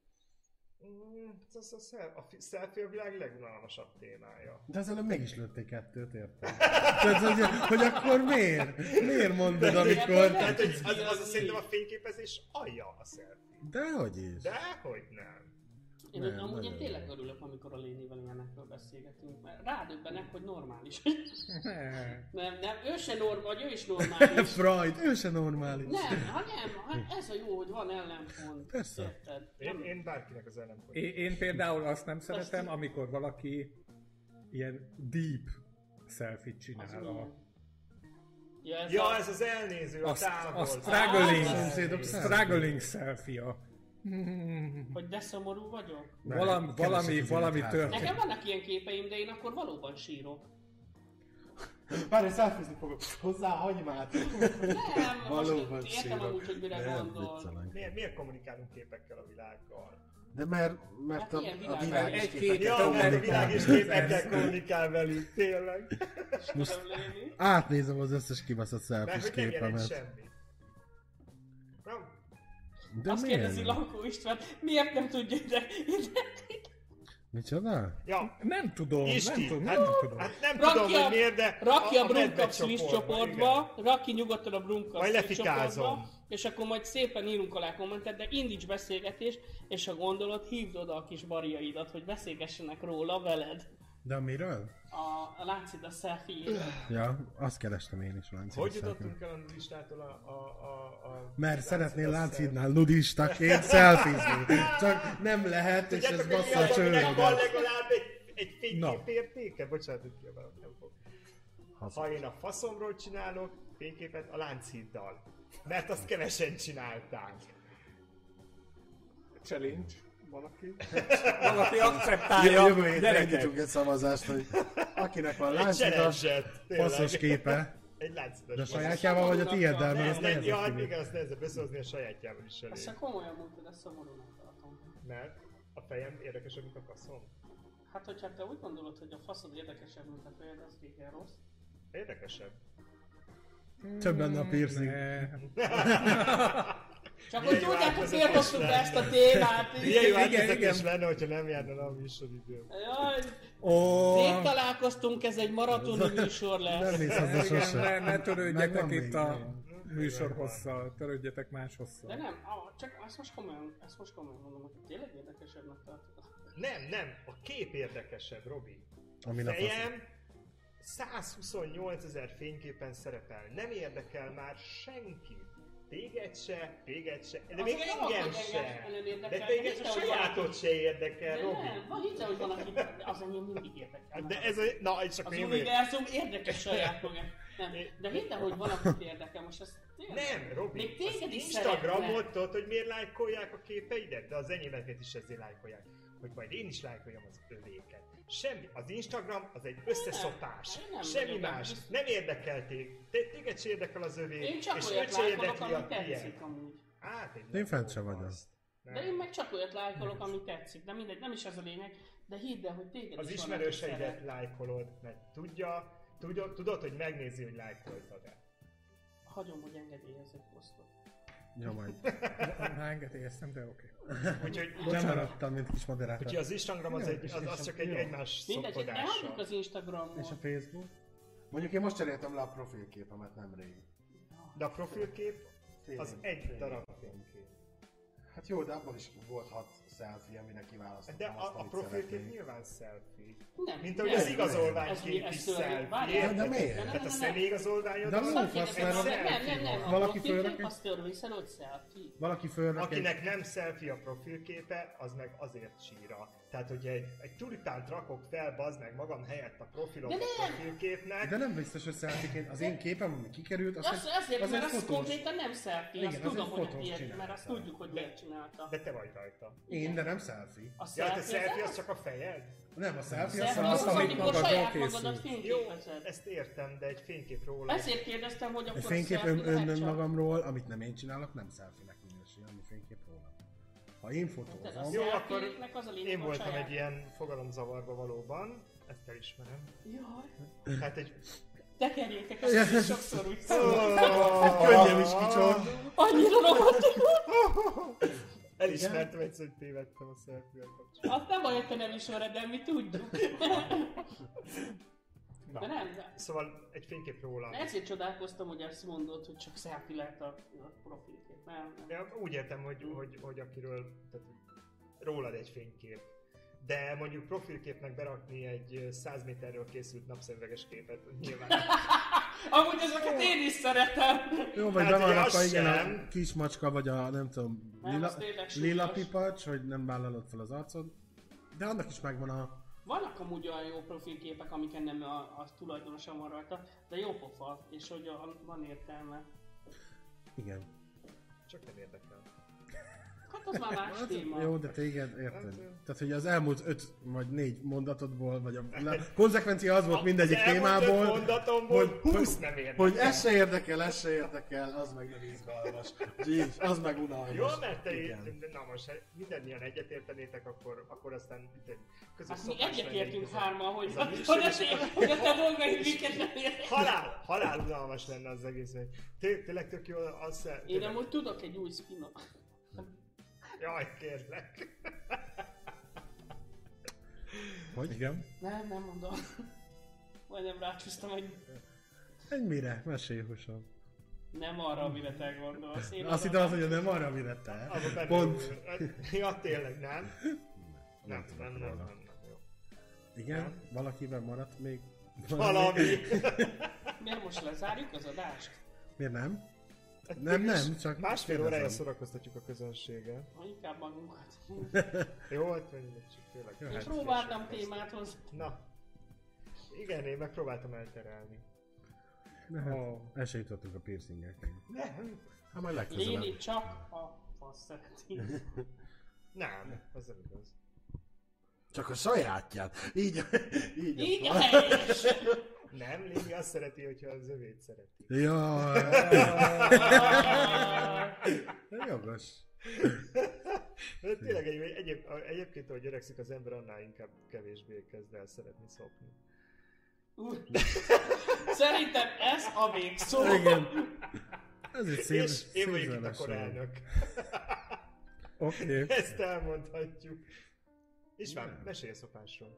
A selfie a világ legunalmasabb témája. De ezzel mégis lőtték 2-t, érted? Tehát, hogy akkor miért? Miért mondod, amikor... Tehát, az szerintem a fényképezés alja a selfie. Dehogy is. Dehogy nem. Én tényleg örülök, amikor a Lénivel ilyenekről beszélgetünk, mert rádöbbenek, hogy normális. nem, ő se normális, ő is normális. Freud, ő se normális. Nem, ez a jó, hogy van ellenpont. Persze. Én bárkinek az ellenpont. Én például azt nem szeretem, amikor valaki ilyen deep selfie-t csinál. Ja, ez az elnéző, a távol. A struggling selfie-a. Hogy de szomorú vagyok? Valami történt. Nekem vannak ilyen képeim, de én akkor valóban sírok. Várj, selfiezni fogok. Hozzá hagymát. Nem, valóban most értem amúgy, hogy mire gondol. Miért kommunikálunk képekkel a világgal? De mert hát a világ is mert a világ is képekkel kommunikál velünk, tényleg. Most átnézem az összes kibaszott selfies képemet. Mert hogy nem jelent semmi. De azt kérdezi Lankó István, miért nem tudja ide? Micsoda? Ja, Nem tudom, Isti, nem hát, tudom. hát nem tudom, hogy miért, de Rakja a medve Brunkaps List csoportba, rakj nyugodtan a Brunkaps Majd List lefikázom. csoportba, és akkor majd szépen írunk alá kommentet, de indíts beszélgetést, és ha gondolod, hívd oda a kis barjaidat, hogy beszélgessenek róla veled. De miről? A Láncid a selfie. Ja, azt kerestem én is Láncidot. hogy jutottunk el a nudistától a Mert szeretnél Láncidnál nudistaként szelfizni. Csak nem lehet, és ez bassza a van csőrödet. legalább egy Na. fénykép értéke? Bocsánat, hogy kiabálok, nem fog. Ha én a faszomról csinálok fényképet a Lánchiddal, mert azt kevesen csinálták. Challenge. Valaki akceptálja. Jövő héten Gyerekek. indítunk egy szavazást, hogy akinek van Egy Láncidas, challenge-et, faszos képe, Egy látszidas. de a sajátjával vagy a tieddel, mert az Ja, nehezebb hát kivétel. igen, azt nehezebb összehozni a sajátjával is elég. Aztán komolyan mondtad, ezt szomorúnak tartom. Mert a fejem érdekesebb, mint a faszom. Hát, hogyha te úgy gondolod, hogy a faszod érdekesebb, mint a fejed, az régen rossz. Érdekesebb. Több lenne a piercing. Csak hogy tudjátok, miért hoztuk be ezt a témát. Milyen jó Igen, átvezetés igen. lenne, hogyha nem járna a műsoridő. Jaj, Ó, még találkoztunk, ez egy maratoni műsor Nem lesz. mész haza igen, sose. ne törődjetek Megvan itt még, a megvan. műsor hosszal, törődjetek más De hosszal. nem, csak ezt most komolyan mondom, hogy tényleg érdekesebbnek tartod. Nem, a kép érdekesebb, Robi. Ami a Fejem 128 000 fényképen szerepel. Nem érdekel már senki. Téged se, de még Azok engem nem se. nem érdekel, De de téged hidd a el, hogy sajátod valaki- se érdekel, De Robi. nem, van higgye, hogy van, aki az enyém mindig érdekel. De ez a... Na, és csak Az én univerzum érdekes saját maga. Nem, de hidd el, hogy van, akit érdekel, most ez tényleg. Nem, Robi, Még téged az is Instagramot szeretne. tudod, hogy miért lájkolják a képeidet? De az enyémeket is ezért lájkolják. Hogy majd én is lájkoljam az övéket. Semmi. Az Instagram az egy összeszopás. nem Semmi vagyok más. ebben. Nem érdekel téged se érdekel az övé. Én csak és olyat őt se lájkolok, érdekli ami a tetszik tiéd. amúgy. Hát, egy Én fent sem vagyok. De én meg csak olyat lájkolok, ami tetszik. De mindegy, nem is ez a lényeg. De hidd el, hogy téged Az is van, ismerőseidet aki szeret. lájkolod, mert tudod, hogy megnézi, hogy lájkoltad-e. Hagyom, hogy engedélyez egy posztot. Ja, majd. Ha engedélyeztem, de oké. Úgyhogy, Nem maradtam, mint kis moderátor. úgyhogy az Instagram az csak egy Jó. egymás Mindegy, elhagyjuk szopkodása. az Instagramon. És a Facebook? Mondjuk én most cseréltem le a profilképemet nemrég. De a profilkép az egy darab fénykép. Hát jó, de abban is volt 6 selfie, aminek kiválasztottam De azt, a amit profilkép szeretnék. nyilván selfie. Nem, Mint ahogy nem. az igazolványkép Ez is szörnyű. selfie. Várjál. Érted? De miért? Tehát a Nem. személyigazolványod De az az az, fasz, egy mert selfie. Nem. Valaki A profilkép fölrakja? az törvényszerű, hogy selfie. Valaki fölrak Akinek nem selfie a profilképe, az meg azért síra. Tehát, hogy egy tulitánt rakok fel, bazd meg magam helyett a profilom De a nem! profilképnek. De nem biztos, hogy selfie-ként. Az én képem, ami kikerült, az Azért, mert egy az fotós. konkrétan nem selfie, Igen, azt az tudom, egy hogy fotós miért, csinálta. mert azt tudjuk, hogy miért csinálta. De te vagy rajta. Én, de nem selfie. A Ja, te selfie selfie az az csak a fejed? Nem, a selfie selfie az az, az, amit amikor magadról saját készül. magadat Jó, fényképezed. ezt értem, de egy fénykép róla. Ezért kérdeztem, hogy akkor egy a fénykép selfie lehet csak- magamról, amit nem én csinálok, nem selfie-nek minősül, ami fénykép róla. Ha én fotózom, A Jó, akkor selfie-nek az a lényeg, én hogy voltam saját. egy ilyen fogalomzavarba valóban. Ezt elismerem. Jaj, Hát egy... tekerjétek ezt is sokszor vissza. könnyem is kicsord. Annyira romantikus. Elismertem egyszer, hogy tévedtem a selfie-vel kapcsolatban. Azt nem baj, hogy te nem ismered, de mi tudjuk. De nem, de Szóval egy fénykép róla. ezért csodálkoztam, hogy ezt mondod, hogy csak selfie lehet a profilkép. Nem. Ja, úgy értem, hogy akiről, tehát rólad egy fénykép. De mondjuk profilképnek berakni egy 100 méterről készült napszemüveges képet, nyilván. Amúgy ezeket én is szeretem. Jó, vagy Hát be van ugye rakva, az igen, a sem. kis macska, vagy a nem tudom, Nem, az tényleg súlyos. lila pipacs, hogy nem vállalod fel az arcod. De annak is megvan a... Vannak amúgy olyan jó profilképek, amiken nem a tulajdonosa van rajta, de jó pofa, és hogy van értelme. Igen. Csak nem érdekel. Hát az már más téma. Jó, de téged érted. Hát, Tehát, hogy az elmúlt 5 vagy 4 mondatodból, vagy a konzekvencia az volt mindegyik Az elmúlt témából, 5 mondatomból hogy- 20 nem érdekel. hogy ez se érdekel, az meg nem izgalmas. Így, az meg unalmas. Jó, mert te Igen. na most, ha mindannyian egyetértenétek, akkor aztán közös Hát mi szokás lenne egyetértünk egy hárman, hogy ez a hogy műsor, a és akkor- hogy a te dolgaid minket nem érdekel. halál unalmas lenne az egész. Tényleg tök jó az... Én amúgy tudok egy új spin-off. Jaj, kérlek. Hogy? Igen. Nem mondom. Majdnem rácsúsztam, hogy Egy mire? Mesélj hosszabb. nem arra, amire te gondolsz. Én Azt hittem, hogy nem arra, amire te. Pont. Ja, tényleg, nem? Nem. Jó. Igen? Valakivel maradt még? Valami. Miért most lezárjuk az adást? Miért nem? Nem, csak... Másfél órája kérdezem. szórakoztatjuk a közönséget. Ha inkább magunkat. Jó, hát menjünk csak tényleg. Jó, Én hát próbáltam témát hozni. Na. Igen, én megpróbáltam elterelni. Na, hát, el se jutottunk a piercingekig. Nem. Hát majd legközelebb. Léni csak a fasz szereti. Nem, az nem igaz. Csak a sajátját. Így Így a helyes! Nem, Léni azt szereti, hogyha az övét szereti. Jaj. Jogos. De tényleg egyébként, ahogy öregszik az ember, annál inkább kevésbé kezd el szeretni szopni. Szerintem ez a végszó. Igen. Ez egy szép, És én vagyok itt a korelnök. Oké. Ezt elmondhatjuk. István, mesélj a szopásról.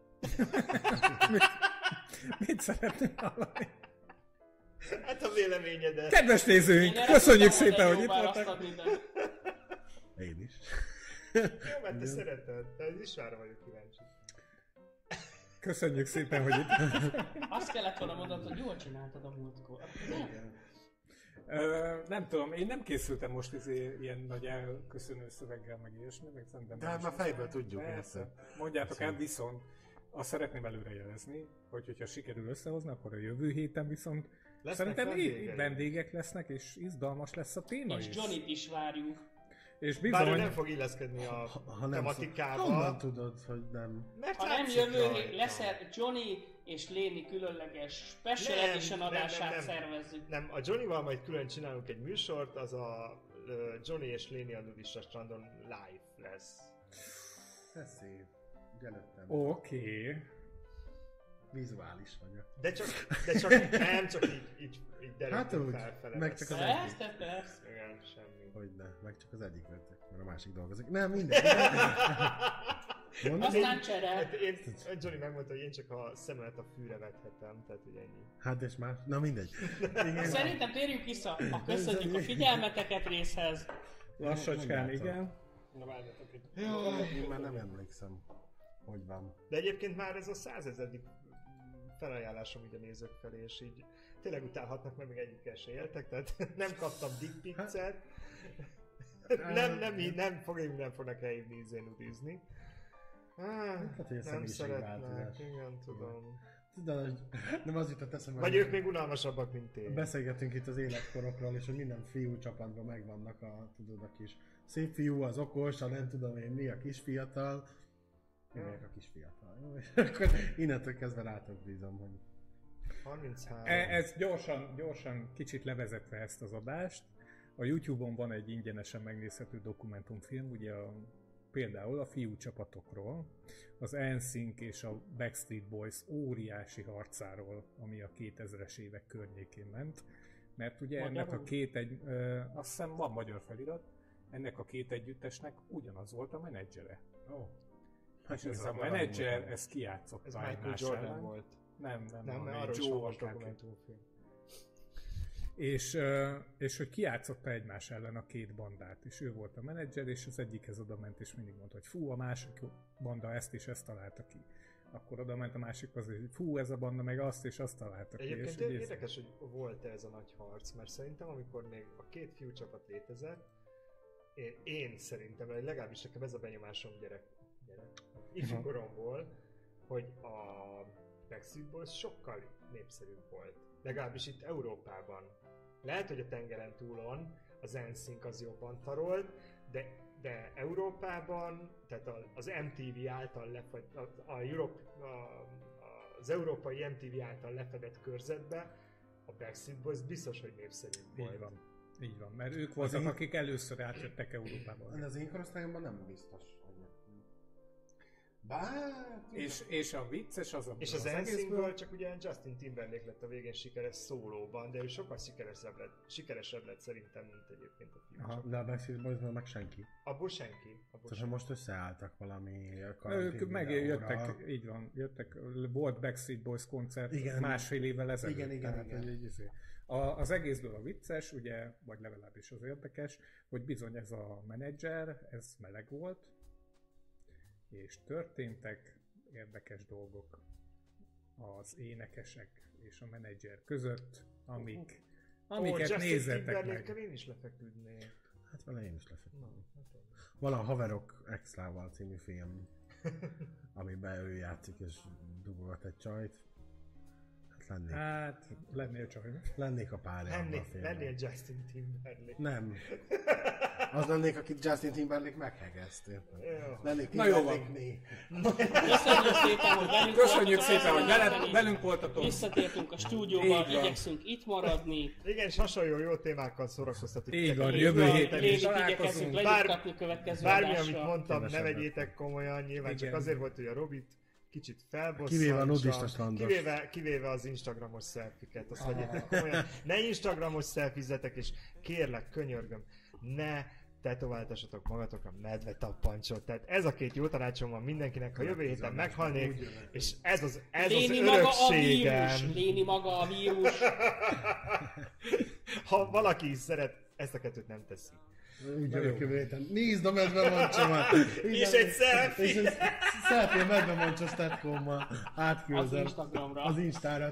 Mit szeretnél hallani? Hát a véleményedet. Kedves nézőink, Én erre köszönjük tudtam szépen, hogy egy itt jó választ voltak. adni, de Én is. Jó, mert te szereted. De az Istvánra vagyok kíváncsi. Köszönjük szépen, hogy itt azt kellett volna mondanod, hogy jól csináltad a múltkor. Nem? nem tudom, én nem készültem most ilyen nagy elköszönő szöveggel, meg ilyesmi, meg szerintem... De hát már fejből tudjuk, persze. Mondjátok el, viszont azt szeretném előrejelezni, hogy hogyha sikerül összehozni, akkor a jövő héten viszont Lesznek szerintem vendégek. vendégek lesznek, és izgalmas lesz a téma És is. Johnnyt is várjuk. És Bár ő bizony, nem fog illeszkedni a Ha nem tematikába. Honnan tudod, hogy nem? Mert Ha nem látszik jövő rajta. hét lesz Johnny és Léni különleges special Nem, edition nem, adását nem. szervezzük. Nem, a Johnnyval majd külön csinálunk egy műsort, az a Johnny és Léni a nudista strandon live lesz. Ez szép. Előttem. oké. Vizuális vagyok. De csak nem, csak így Hát derültünk úgy, felfele. meg lesz. csak az Persze. Igen, semmi. Hogyne, meg csak az egyik vettek, mert a másik dolgozik. Nem, mindegy. Mondod? Aztán cserel. Hát Johnny megmondta, hogy én csak a szemelet a fűre vethetem, tehát ugye ennyi. Hát és más? Na mindegy. Igen. Szerintem térjünk vissza a köszönjük a figyelmeteket részhez. Lassacskán, Nem igen. Na várjatok itt. Jaj, én már nem emlékszem, hogy van. De egyébként már ez a 100 000. Felajánlásom így a nézők felé, és így tényleg utálhatnak, mert még egyikkel se éltek, tehát nem kaptam dickpicet. Nem fognak elhívni nudizni. Hát, hogy a Nem személyiségváltozás. szeretnek, igen, tudom. Tudod, hogy nem az jutott eszembe, Vagy hogy ők még unalmasabbak, mint én. beszélgetünk itt az életkorokról, és hogy minden fiú csapatban megvannak tudod, a kis szép fiú, az okos, a nem tudom én mi, a kis fiatal. Minek a kis fiatal, jó? És akkor innentől kezdve rátok bízom, hogy 33. Ez gyorsan kicsit levezetve ezt az adást. A YouTube-on van egy ingyenesen megnézhető dokumentumfilm, ugye például a fiú csapatokról, az NSYNC és a Backstreet Boys óriási harcáról, ami a 2000-es évek környékén ment. Mert ugye ennek a azt hiszem van magyar felirat, ennek a két együttesnek ugyanaz volt a menedzsere. És ez a menedzser, ez kijátszotta Ez Michael egymás Jordan ellen. volt. Nem, mert arról is Joe van volt most neki. dokumentumfilm. És hogy kijátszotta egymás ellen a két bandát, és ő volt a menedzser, és az egyikhez oda ment, és mindig mondta, hogy fú, a másik banda ezt és ezt találta ki. Akkor oda ment a másikhoz, hogy fú, ez a banda meg azt és azt találta ki. Egyébként és érdekes, hogy volt ez a nagy harc, mert szerintem amikor még a két fiú csapat létezett, én szerintem, legalábbis nekem ez a benyomásom ifjú koromból, hogy a Backstreet Boys sokkal népszerűbb volt. Legalábbis itt Európában. Lehet, hogy a tengeren túlon az NSYNC az jobban tarolt, de Európában, tehát az MTV által az európai MTV által lefedett körzetbe a Backstreet Boys biztos, hogy népszerűbb volt. Így van, mert ők voltak, akik először átjöttek Európában. az én korosztályomban nem biztos, hogy És a vicces az a... És az egészből csak ugye Justin Timberlake lett a végén sikeres szólóban, de ő sokkal sikeresebb lett szerintem, mint egyébként a film. Aha, de a Backstreet Boysból meg senki. Abból senki. Tehát most összeálltak valami ők megjöttek, így van, volt Backstreet Boys koncert igen. másfél évvel ezelőtt. Igen. Az egészből a vicces, ugye, vagy legalábbis az érdekes, hogy bizony ez a menedzser, ez meleg volt, és történtek érdekes dolgok az énekesek és a menedzser között, amiket nézzetek meg. Én is lefeküdnék. Hát vele én is lefeküdnék. Van a Haverok Extrával című film, amiben ő játszik és dugogat egy csajt. Lennél csaj. Lennék a párjában a filmben. Lennél Justin Timberlake. Nem. Az lennék, akit Justin Timberlake meghegezte. Na jó van. Köszönjük szépen, hogy velünk voltatok. Visszatértünk a stúdióba, igyekszünk itt maradni. Igen, és hasonló jó témákkal szórakoztatik. Így van, jövő héten is találkozunk. Bármi, amit mondtam, ne vegyétek komolyan, nyilván csak azért volt, hogy a Robit kicsit felbosszantsa. Kivéve a nudista standos. Kivéve az instagramos selfiket, azt hagyjátok komolyan. Ne instagramos selfizzetek, és kérlek, könyörgöm, ne tetováltassatok magatokra medve tappancsot. Tehát ez a két jó tanácsom van mindenkinek, ha jövő héten meghalnék, és ez az örökségem. Léni maga a vírus. Ha valaki szeret, ezt a kettőt nem teszi. Úgy jövök jövő héten. Nézd a medvemoncsomat! És egy selfie! És egy selfie a medvemoncsos tetkommal átküldöm. Az Instagramra. Az Instára.